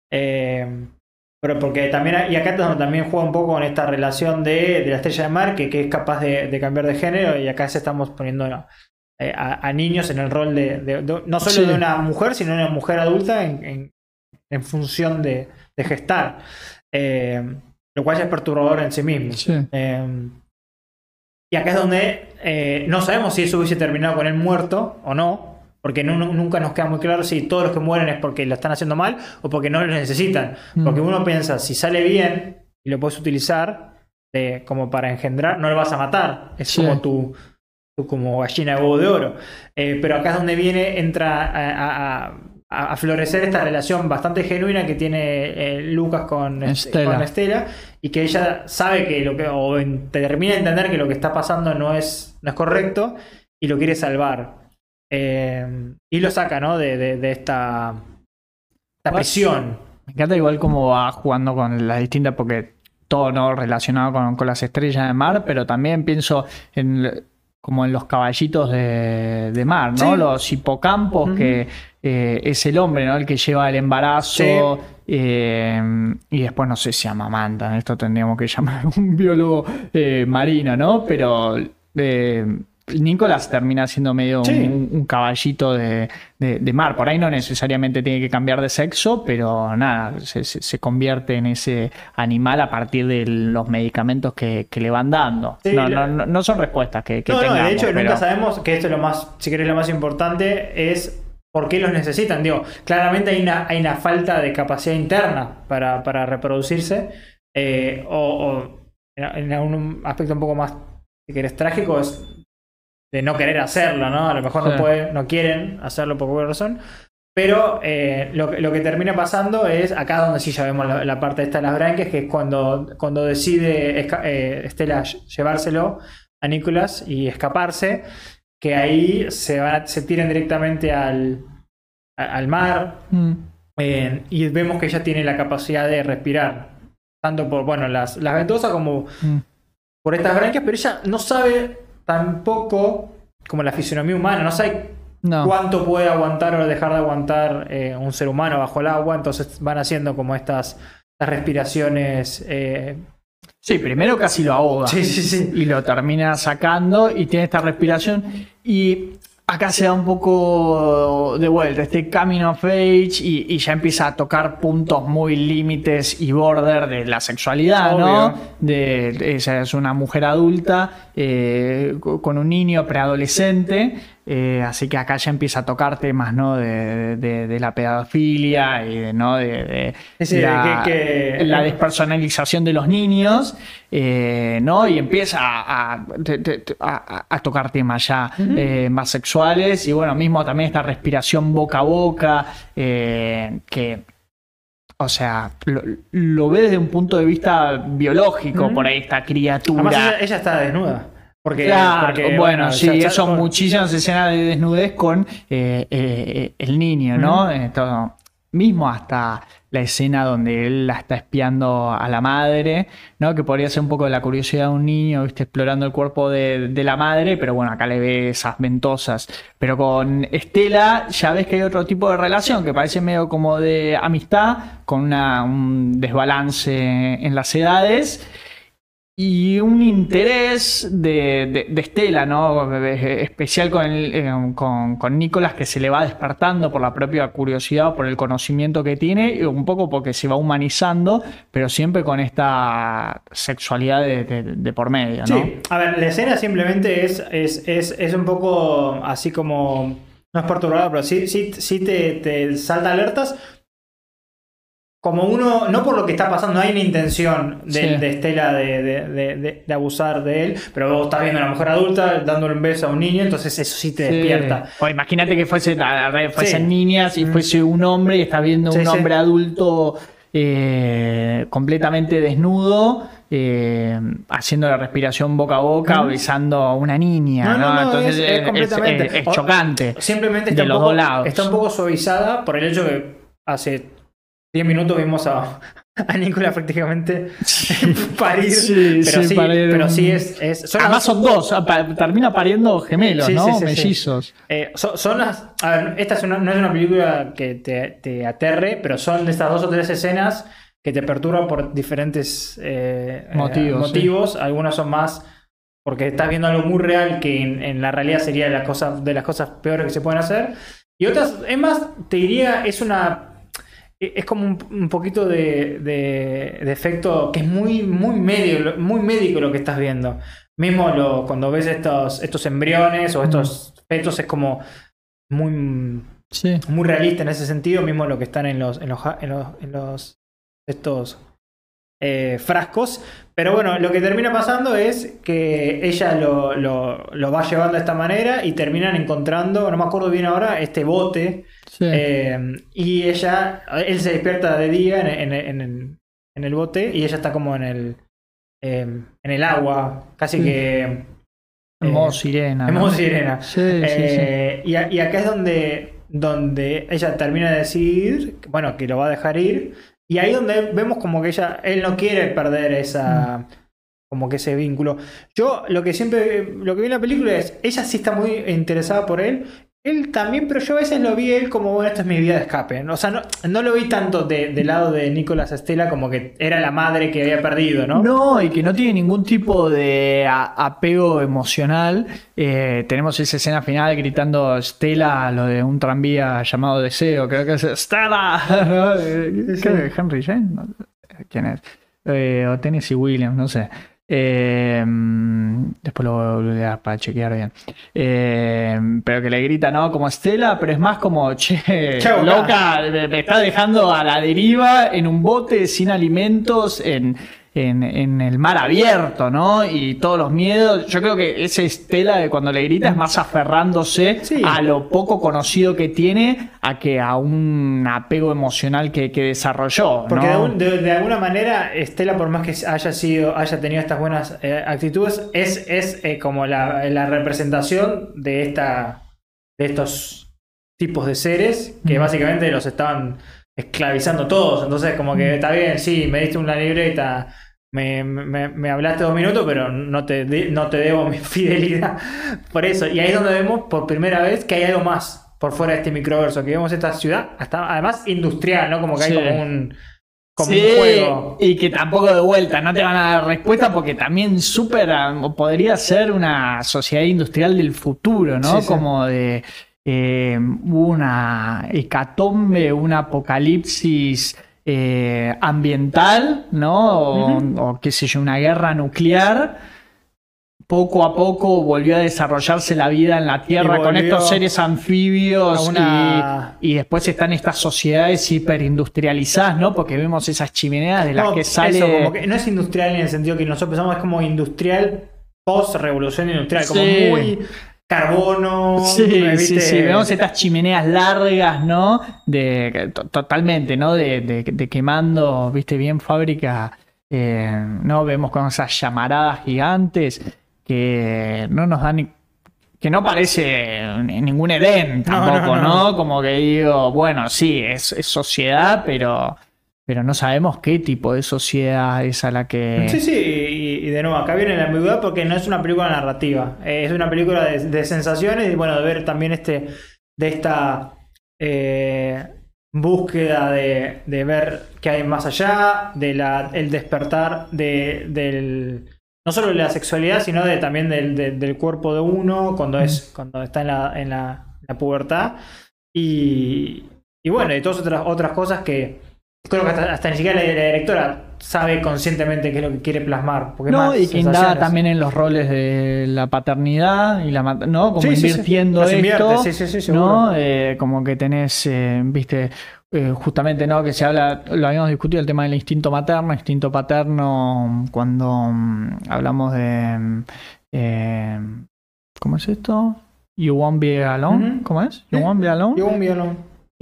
Pero porque también, y acá también juega un poco con esta relación de la estrella de mar, que es capaz de cambiar de género, y acá se estamos poniendo a niños en el rol no solo Sí. de una mujer, sino de una mujer adulta en función de gestar. Lo cual ya es perturbador en sí mismo. Sí. Y acá es donde no sabemos si eso hubiese terminado con él muerto o no, porque nunca nos queda muy claro si todos los que mueren es porque lo están haciendo mal o porque no lo necesitan. Porque uno piensa, si sale bien y lo puedes utilizar como para engendrar, no lo vas a matar. Es Sí. como tu como gallina de huevo de oro. Pero acá es donde entra a florecer esta relación bastante genuina que tiene Lucas con Estela, y que ella sabe que termina de entender que lo que está pasando no es correcto y lo quiere salvar. Y lo saca, ¿no? de esta prisión. Me encanta igual cómo va jugando con las distintas, porque todo no relacionado con las estrellas de mar, pero también pienso como en los caballitos de mar, ¿no? Sí. Los hipocampos, que es el hombre, ¿no? El que lleva el embarazo. Sí. Y después no sé si amamantan, esto tendríamos que llamar un biólogo marino, ¿no? Pero Nicholas termina siendo medio un caballito de mar. Por ahí no necesariamente tiene que cambiar de sexo, pero nada, se convierte en ese animal a partir de los medicamentos que le van dando. Sí, no son respuestas que no, tengamos. de hecho, pero... nunca sabemos que esto es lo más, si querés, lo más importante es por qué los necesitan. Digo, claramente hay una falta de capacidad interna para reproducirse, o en algún aspecto un poco más, si querés, trágico, es de no querer hacerlo, ¿no? A lo mejor no quieren hacerlo por cualquier razón. Pero lo que termina pasando es acá donde sí ya vemos la parte esta de las branquias, que es cuando decide Estela llevárselo a Nicholas y escaparse, que ahí se tiran directamente al mar, y vemos que ella tiene la capacidad de respirar, tanto por las ventosas como por estas branquias, pero ella no sabe tampoco, como la fisionomía humana, no sabe cuánto puede aguantar o dejar de aguantar un ser humano bajo el agua. Entonces van haciendo como estas respiraciones. Sí, primero casi lo ahoga. Sí. Y lo termina sacando y tiene esta respiración. Y acá se da un poco de vuelta este coming of age y ya empieza a tocar puntos muy límites y border de la sexualidad, Obvio. ¿no? Ella es una mujer adulta con un niño preadolescente, así que acá ya empieza a tocar temas, ¿no? De la pedofilia y ¿no? Sí, la despersonalización de los niños, ¿no? Y empieza a tocar temas ya más sexuales y bueno, mismo también esta respiración boca a boca, que, o sea, lo ve desde un punto de vista biológico, por ahí esta criatura. Además, ella está desnuda. Claro, porque, bueno, sí, ya son muchísimas escenas de desnudez con el niño, ¿no? Todo, mismo hasta la escena donde él la está espiando a la madre, ¿no? Que podría ser un poco de la curiosidad de un niño, ¿viste? Explorando el cuerpo de la madre, pero bueno, acá le ve esas ventosas. Pero con Estela ya ves que hay otro tipo de relación que parece medio como de amistad, con un desbalance en las edades. Y un interés de Estela, ¿no? Especial con Nicolás, que se le va despertando por la propia curiosidad o por el conocimiento que tiene, y un poco porque se va humanizando, pero siempre con esta sexualidad de por medio, ¿no? Sí, a ver, la escena simplemente es un poco así como. No es perturbador, pero sí te salta alertas. Como uno, no por lo que está pasando, no hay una intención de Estela de abusar de él, pero vos estás viendo a una mujer adulta dándole un beso a un niño, entonces eso sí te despierta. O imagínate que fuesen niñas y fuese un hombre y estás viendo un hombre adulto completamente desnudo, haciendo la respiración boca a boca o besando a una niña, ¿no? Entonces es completamente es chocante. Simplemente de los dos lados. Está un poco suavizada por el hecho que hace 10 minutos vimos a Nicolás prácticamente parir. Pero sí es. Además son dos, termina pariendo gemelos, ¿no? Mellizos. Son las. A ver, esta no es una película que te aterre, pero son de estas 2 o 3 escenas que te perturban por diferentes motivos. Algunas son más porque estás viendo algo muy real que en la realidad sería de las cosas peores que se pueden hacer. Y otras, es más, te diría, es como un poquito de efecto que es muy médico lo que estás viendo. Mismo cuando ves estos embriones o estos fetos es como muy realista en ese sentido. Mismo lo que están en estos frascos. Pero bueno, lo que termina pasando es que ella lo va llevando de esta manera y terminan encontrando, no me acuerdo bien ahora, este bote. Y él se despierta de día en el bote y ella está como en el agua, casi que en modo sirena. En modo sirena. Sí. Y acá es donde ella termina de decidir, bueno, que lo va a dejar ir. Y ahí donde vemos como que él no quiere perder como que ese vínculo. Yo lo que vi en la película es, ella sí está muy interesada por él. Él también, pero yo a veces lo vi él como, bueno, esta es mi vía de escape. O sea, no lo vi tanto del lado de Nicolás Estela como que era la madre que había perdido, ¿no? No, y que no tiene ningún tipo de apego emocional. Tenemos esa escena final gritando Stella, lo de un tranvía llamado Deseo, creo que es Stella. ¿Qué? ¿Henry James? ¿Quién es? O Tennessee Williams, no sé. Después lo voy a volver para chequear bien, pero que le grita, ¿no? Como Estela, pero es más como, che, loca, me está dejando a la deriva en un bote sin alimentos en el mar abierto, ¿no? Y todos los miedos. Yo creo que esa Estela de cuando le grita es más aferrándose a lo poco conocido que tiene a un apego emocional que desarrolló, ¿no? Porque de alguna manera Estela, por más que haya tenido estas buenas actitudes, es como la representación de estos tipos de seres que básicamente los estaban esclavizando todos. Entonces como que está bien, sí, me diste una libreta, me hablaste 2 minutos, pero no te debo mi fidelidad por eso. Y ahí es donde vemos por primera vez que hay algo más por fuera de este microverso, que vemos esta ciudad, hasta además industrial, ¿no? Como que hay como como Sí, un juego. y que tampoco de vuelta no te van a dar respuesta porque también podría ser una sociedad industrial del futuro, ¿no? Sí, sí. Como de una hecatombe, un apocalipsis ambiental, ¿no? O qué sé yo, una guerra nuclear. Poco a poco volvió a desarrollarse la vida en la Tierra con estos seres anfibios y después están estas sociedades hiperindustrializadas, ¿no? Porque vemos esas chimeneas de las que sale... Eso, como que no es industrial en el sentido que nosotros pensamos, es como industrial post-revolución industrial, como muy carbono. Sí, vemos estas chimeneas largas, ¿no? Totalmente, ¿no? De quemando, viste, bien fábrica, ¿no? Vemos con esas llamaradas gigantes que no nos dan, que no parece ningún Edén tampoco, ¿no? Como que digo, bueno, sí, es sociedad, pero no sabemos qué tipo de sociedad es a la que... Sí, y de nuevo, acá viene la ambigüedad porque no es una película narrativa, es una película de sensaciones y bueno, de ver también de esta búsqueda de ver qué hay más allá, el despertar del... No solo de la sexualidad, sino también del cuerpo de uno cuando está en la pubertad. Y bueno, y todas otras cosas que creo que hasta ni siquiera la directora sabe conscientemente qué es lo que quiere plasmar. Porque no, y que indaga también en los roles de la paternidad y ¿no? Como invirtiendo esto. Sí, ¿no? Como que tenés, viste, justamente, ¿no? Que se habla, lo habíamos discutido, el tema del instinto paterno, cuando hablamos de ¿cómo es esto? You won't be alone. ¿Cómo es? You won't be alone. You won't be alone.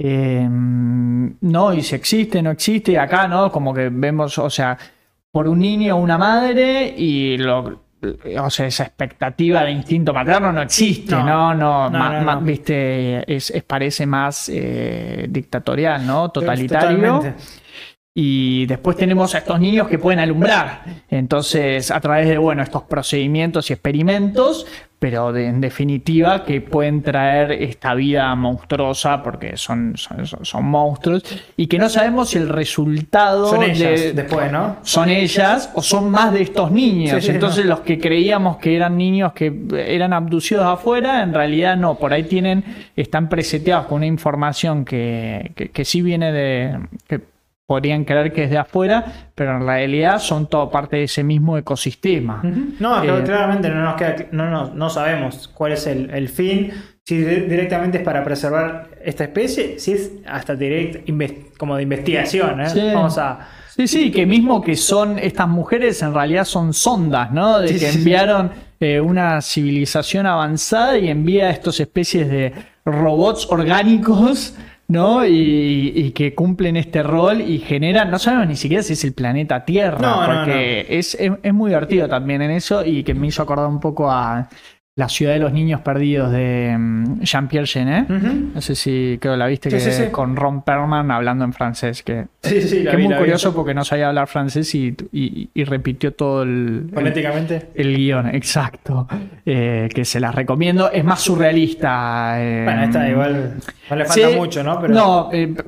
No, y si existe, no existe, acá, ¿no? Como que vemos, o sea, por un niño o una madre y o sea, esa expectativa de instinto materno no existe, ¿no? Viste, parece más dictatorial, ¿no? Totalitario. Totalmente. Y después tenemos a estos niños que pueden alumbrar. Entonces, a través de, bueno, estos procedimientos y experimentos, pero en definitiva que pueden traer esta vida monstruosa porque son monstruos y que no sabemos si el resultado son ellas después, ¿no? Son ellas o son más de estos niños. Entonces los que creíamos que eran niños que eran abducidos afuera, en realidad no. Por ahí están preseteados con una información que sí viene que podrían creer que es de afuera, pero en realidad son todo parte de ese mismo ecosistema. No, claramente no sabemos cuál es el fin, si directamente es para preservar esta especie, si es hasta como de investigación, ¿eh? Sí. Vamos a... Sí, que mismo que son estas mujeres en realidad son sondas, ¿no? Que enviaron una civilización avanzada y envía estas especies de robots orgánicos, ¿no? Y que cumplen este rol y generan, no sabemos ni siquiera si es el planeta Tierra, porque es muy divertido también en eso y que me hizo acordar un poco a La ciudad de los niños perdidos de Jean-Pierre Jeunet. No sé si creo la viste, sí. Con Ron Perlman hablando en francés, que es muy curioso porque no sabía hablar francés y repitió todo fonéticamente el guión, exacto, que se las recomiendo. Es más surrealista. Bueno, esta igual no le falta mucho, ¿no? Pero... No,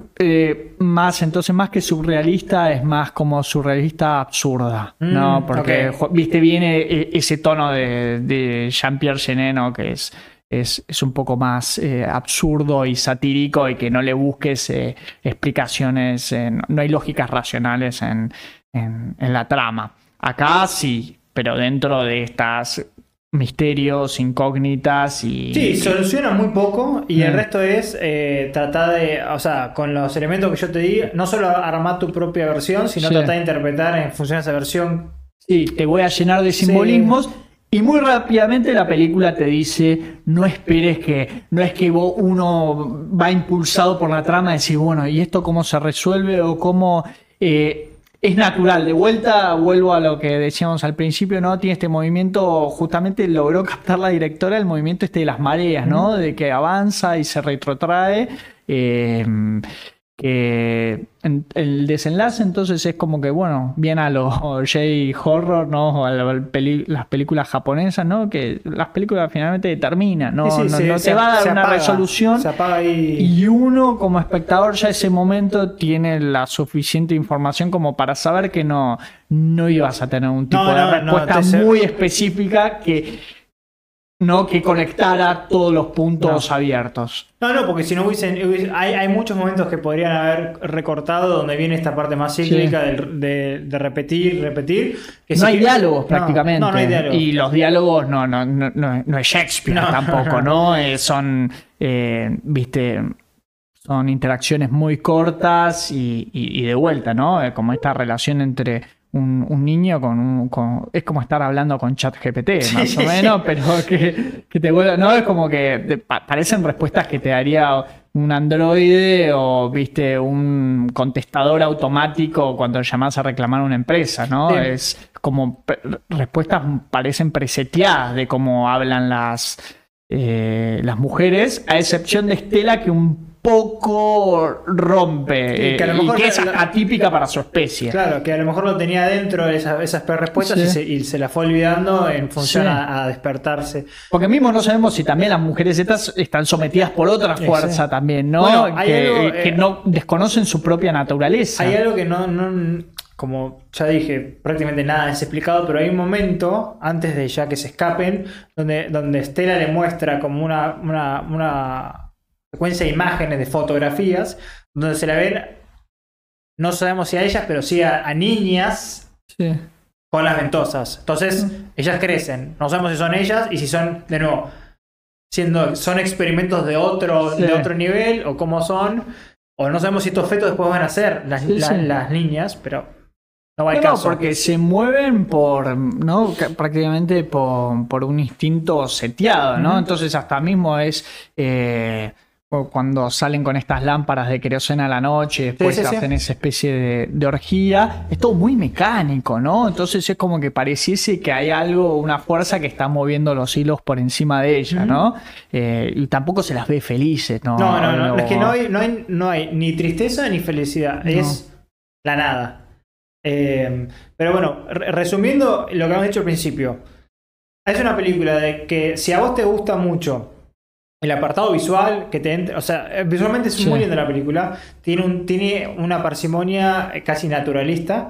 más que surrealista, es más como surrealista absurda, ¿no? Porque viste, viene ese tono de Jean-Pierre Jeunet, ¿no? Que es un poco más absurdo y satírico y que no le busques explicaciones, no hay lógicas racionales en la trama. Acá sí, pero dentro de estas misterios, incógnitas y... Sí, soluciona muy poco y el resto es tratar de, o sea, con los elementos que yo te di, no solo armar tu propia versión, sino tratar de interpretar en función de esa versión. Sí, te voy a llenar de simbolismos. Y muy rápidamente la película te dice, no esperes no es que uno va impulsado por la trama de decir, bueno, ¿y esto cómo se resuelve? O cómo es natural. De vuelta, vuelvo a lo que decíamos al principio, ¿no? Tiene este movimiento, justamente logró captar la directora el movimiento de las mareas, ¿no? De que avanza y se retrotrae. el desenlace entonces es como que, bueno, bien a los J-horror, ¿no? O a las películas japonesas, ¿no? Que las películas finalmente terminan, ¿no? Sí, sí, no te va a dar una resolución. Se apaga ahí. Y uno como espectador ya ese momento tiene la suficiente información como para saber que no ibas a tener un tipo de respuesta muy específica que conectara todos los puntos abiertos. No, porque si no hay muchos momentos que podrían haber recortado donde viene esta parte más cíclica de repetir. Que no hay diálogos prácticamente. No hay diálogos. Y los diálogos no es Shakespeare tampoco, ¿no? Son, viste, son interacciones muy cortas y de vuelta, ¿no? Como esta relación entre un niño es como estar hablando con ChatGPT, más o menos, pero que te vuelva, ¿no? Es como que parecen respuestas que te daría un androide o, viste, un contestador automático cuando llamás a reclamar a una empresa, ¿no? Sí. Es como respuestas parecen preseteadas de cómo hablan las mujeres, a excepción de Estela, que un poco rompe y que es atípica para su especie. Claro, que a lo mejor lo tenía dentro esas respuestas y se la fue olvidando en función a despertarse. Porque mismo no sabemos si también las mujeres estas están sometidas por otra fuerza también, ¿no? Bueno, que no desconocen su propia naturaleza. Hay algo que no, como ya dije, prácticamente nada es explicado, pero hay un momento antes de ya que se escapen donde Estela le muestra como una secuencia de imágenes, de fotografías, donde se la ven, no sabemos si a ellas, pero sí a niñas con las ventosas. Entonces, ellas crecen. No sabemos si son ellas y si son, de nuevo, son experimentos de otro nivel o cómo son. O no sabemos si estos fetos después van a ser las niñas, pero no va al caso. Porque se mueven prácticamente por un instinto seteado, ¿no? Entonces, hasta mismo es cuando salen con estas lámparas de queroseno a la noche, después hacen esa especie de orgía, es todo muy mecánico, ¿no? Entonces es como que pareciese que hay una fuerza que está moviendo los hilos por encima de ella, ¿no? Y tampoco se las ve felices, ¿no? No, es que no hay ni tristeza ni felicidad, es la nada. Pero bueno, resumiendo lo que hemos dicho al principio, es una película de que si a vos te gusta mucho el apartado visual, o sea, visualmente es muy linda la película, tiene una parsimonia casi naturalista.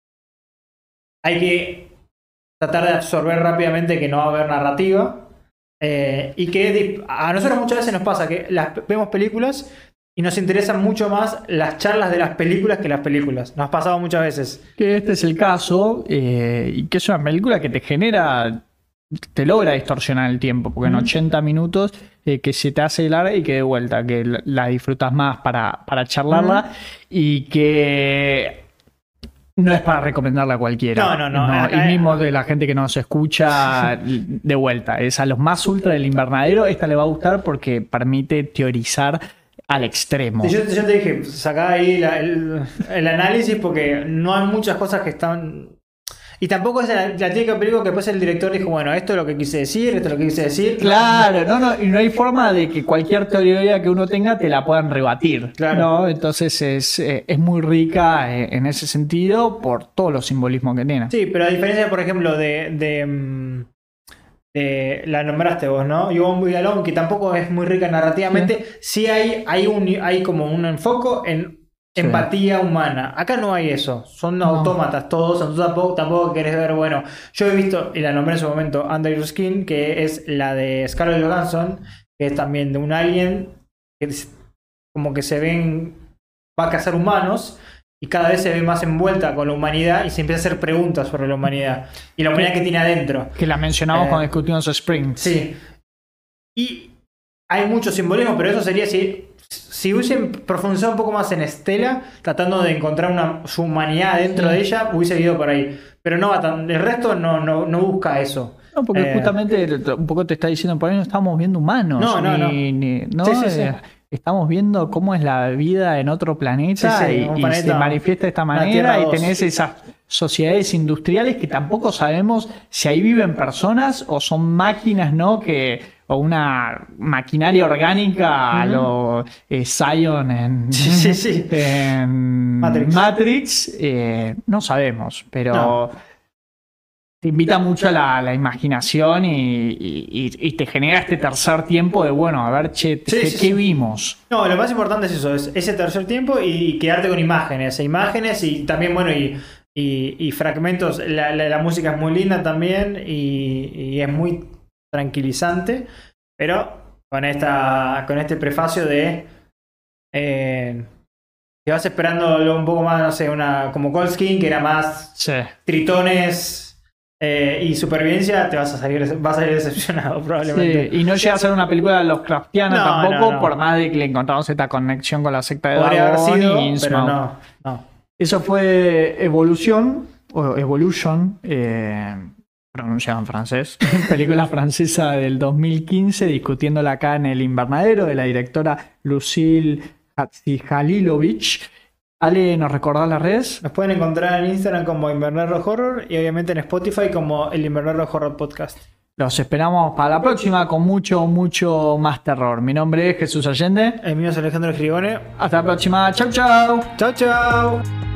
Hay que tratar de absorber rápidamente que no va a haber narrativa, y que a nosotros muchas veces nos pasa que vemos películas y nos interesan mucho más las charlas de las películas que las películas. Nos ha pasado muchas veces. Que este es el caso, y que es una película que te logra distorsionar el tiempo, porque en 80 minutos que se te hace larga y que de vuelta, que la disfrutas más para charlarla, y que no es para recomendarla a cualquiera. No. Y mismo de la gente que nos escucha, de vuelta, es a los más ultra del invernadero, esta le va a gustar porque permite teorizar al extremo. Yo te dije, sacá ahí el análisis, porque no hay muchas cosas que están... Y tampoco es la típica película que después el director dijo, bueno, esto es lo que quise decir, esto es lo que quise decir. Claro, y no hay forma de que cualquier teoría que uno tenga te la puedan rebatir. Claro. ¿No? Entonces es muy rica en ese sentido por todos los simbolismos que tiene. Sí, pero a diferencia, por ejemplo, de la nombraste vos, ¿no? You Won't Be Alone, que tampoco es muy rica narrativamente, sí hay como un enfoque en empatía humana. Acá no hay eso. Son autómatas todos. Entonces tampoco querés ver, bueno, yo he visto, y la nombré en su momento, Under Your Skin, que es la de Scarlett Johansson, que es también de un alien que como que va a cazar humanos y cada vez se ve más envuelta con la humanidad y se empieza a hacer preguntas sobre la humanidad y la humanidad que tiene adentro. Que la mencionamos cuando discutimos Spring. Sí. Y hay mucho simbolismo, pero eso sería si hubiesen profundizado un poco más en Estela, tratando de encontrar su humanidad dentro de ella, hubiese ido por ahí. Pero no va el resto no busca eso. No, porque justamente un poco te está diciendo, por ahí no estamos viendo humanos. No. Sí. Estamos viendo cómo es la vida en otro planeta y se manifiesta de esta manera, y tenés esas sociedades industriales que tampoco sabemos si ahí viven personas o son máquinas, ¿no? Que o una maquinaria orgánica a lo Zion en, en Matrix, no sabemos, pero te invita mucho a la imaginación y te genera este tercer tiempo de, bueno, a ver, che, ¿qué vimos? No, lo más importante es eso, es ese tercer tiempo y quedarte con imágenes y también, bueno, y fragmentos. La música es muy linda también y es muy tranquilizante, pero con este prefacio de que vas esperando un poco más, no sé, como Cold Skin, que era más tritones y supervivencia, vas a salir decepcionado probablemente. Sí, y no llega a ser una película Lovecraftiana tampoco, por más de que le encontramos esta conexión con la secta de Dagon y Innsmouth. Pero no. Eso fue Evolution, pronunciado en francés, película francesa del 2015, discutiéndola acá en El Invernadero, de la directora Lucille Halilovic. Ale, ¿nos recordás las redes? Nos pueden encontrar en Instagram como Invernadero Horror y obviamente en Spotify como El Invernadero Horror Podcast. Los esperamos para la próxima con mucho, mucho más terror. Mi nombre es Jesús Allende. El mío es Alejandro Grigone. Hasta la próxima. Chau, chau. Chau, chau.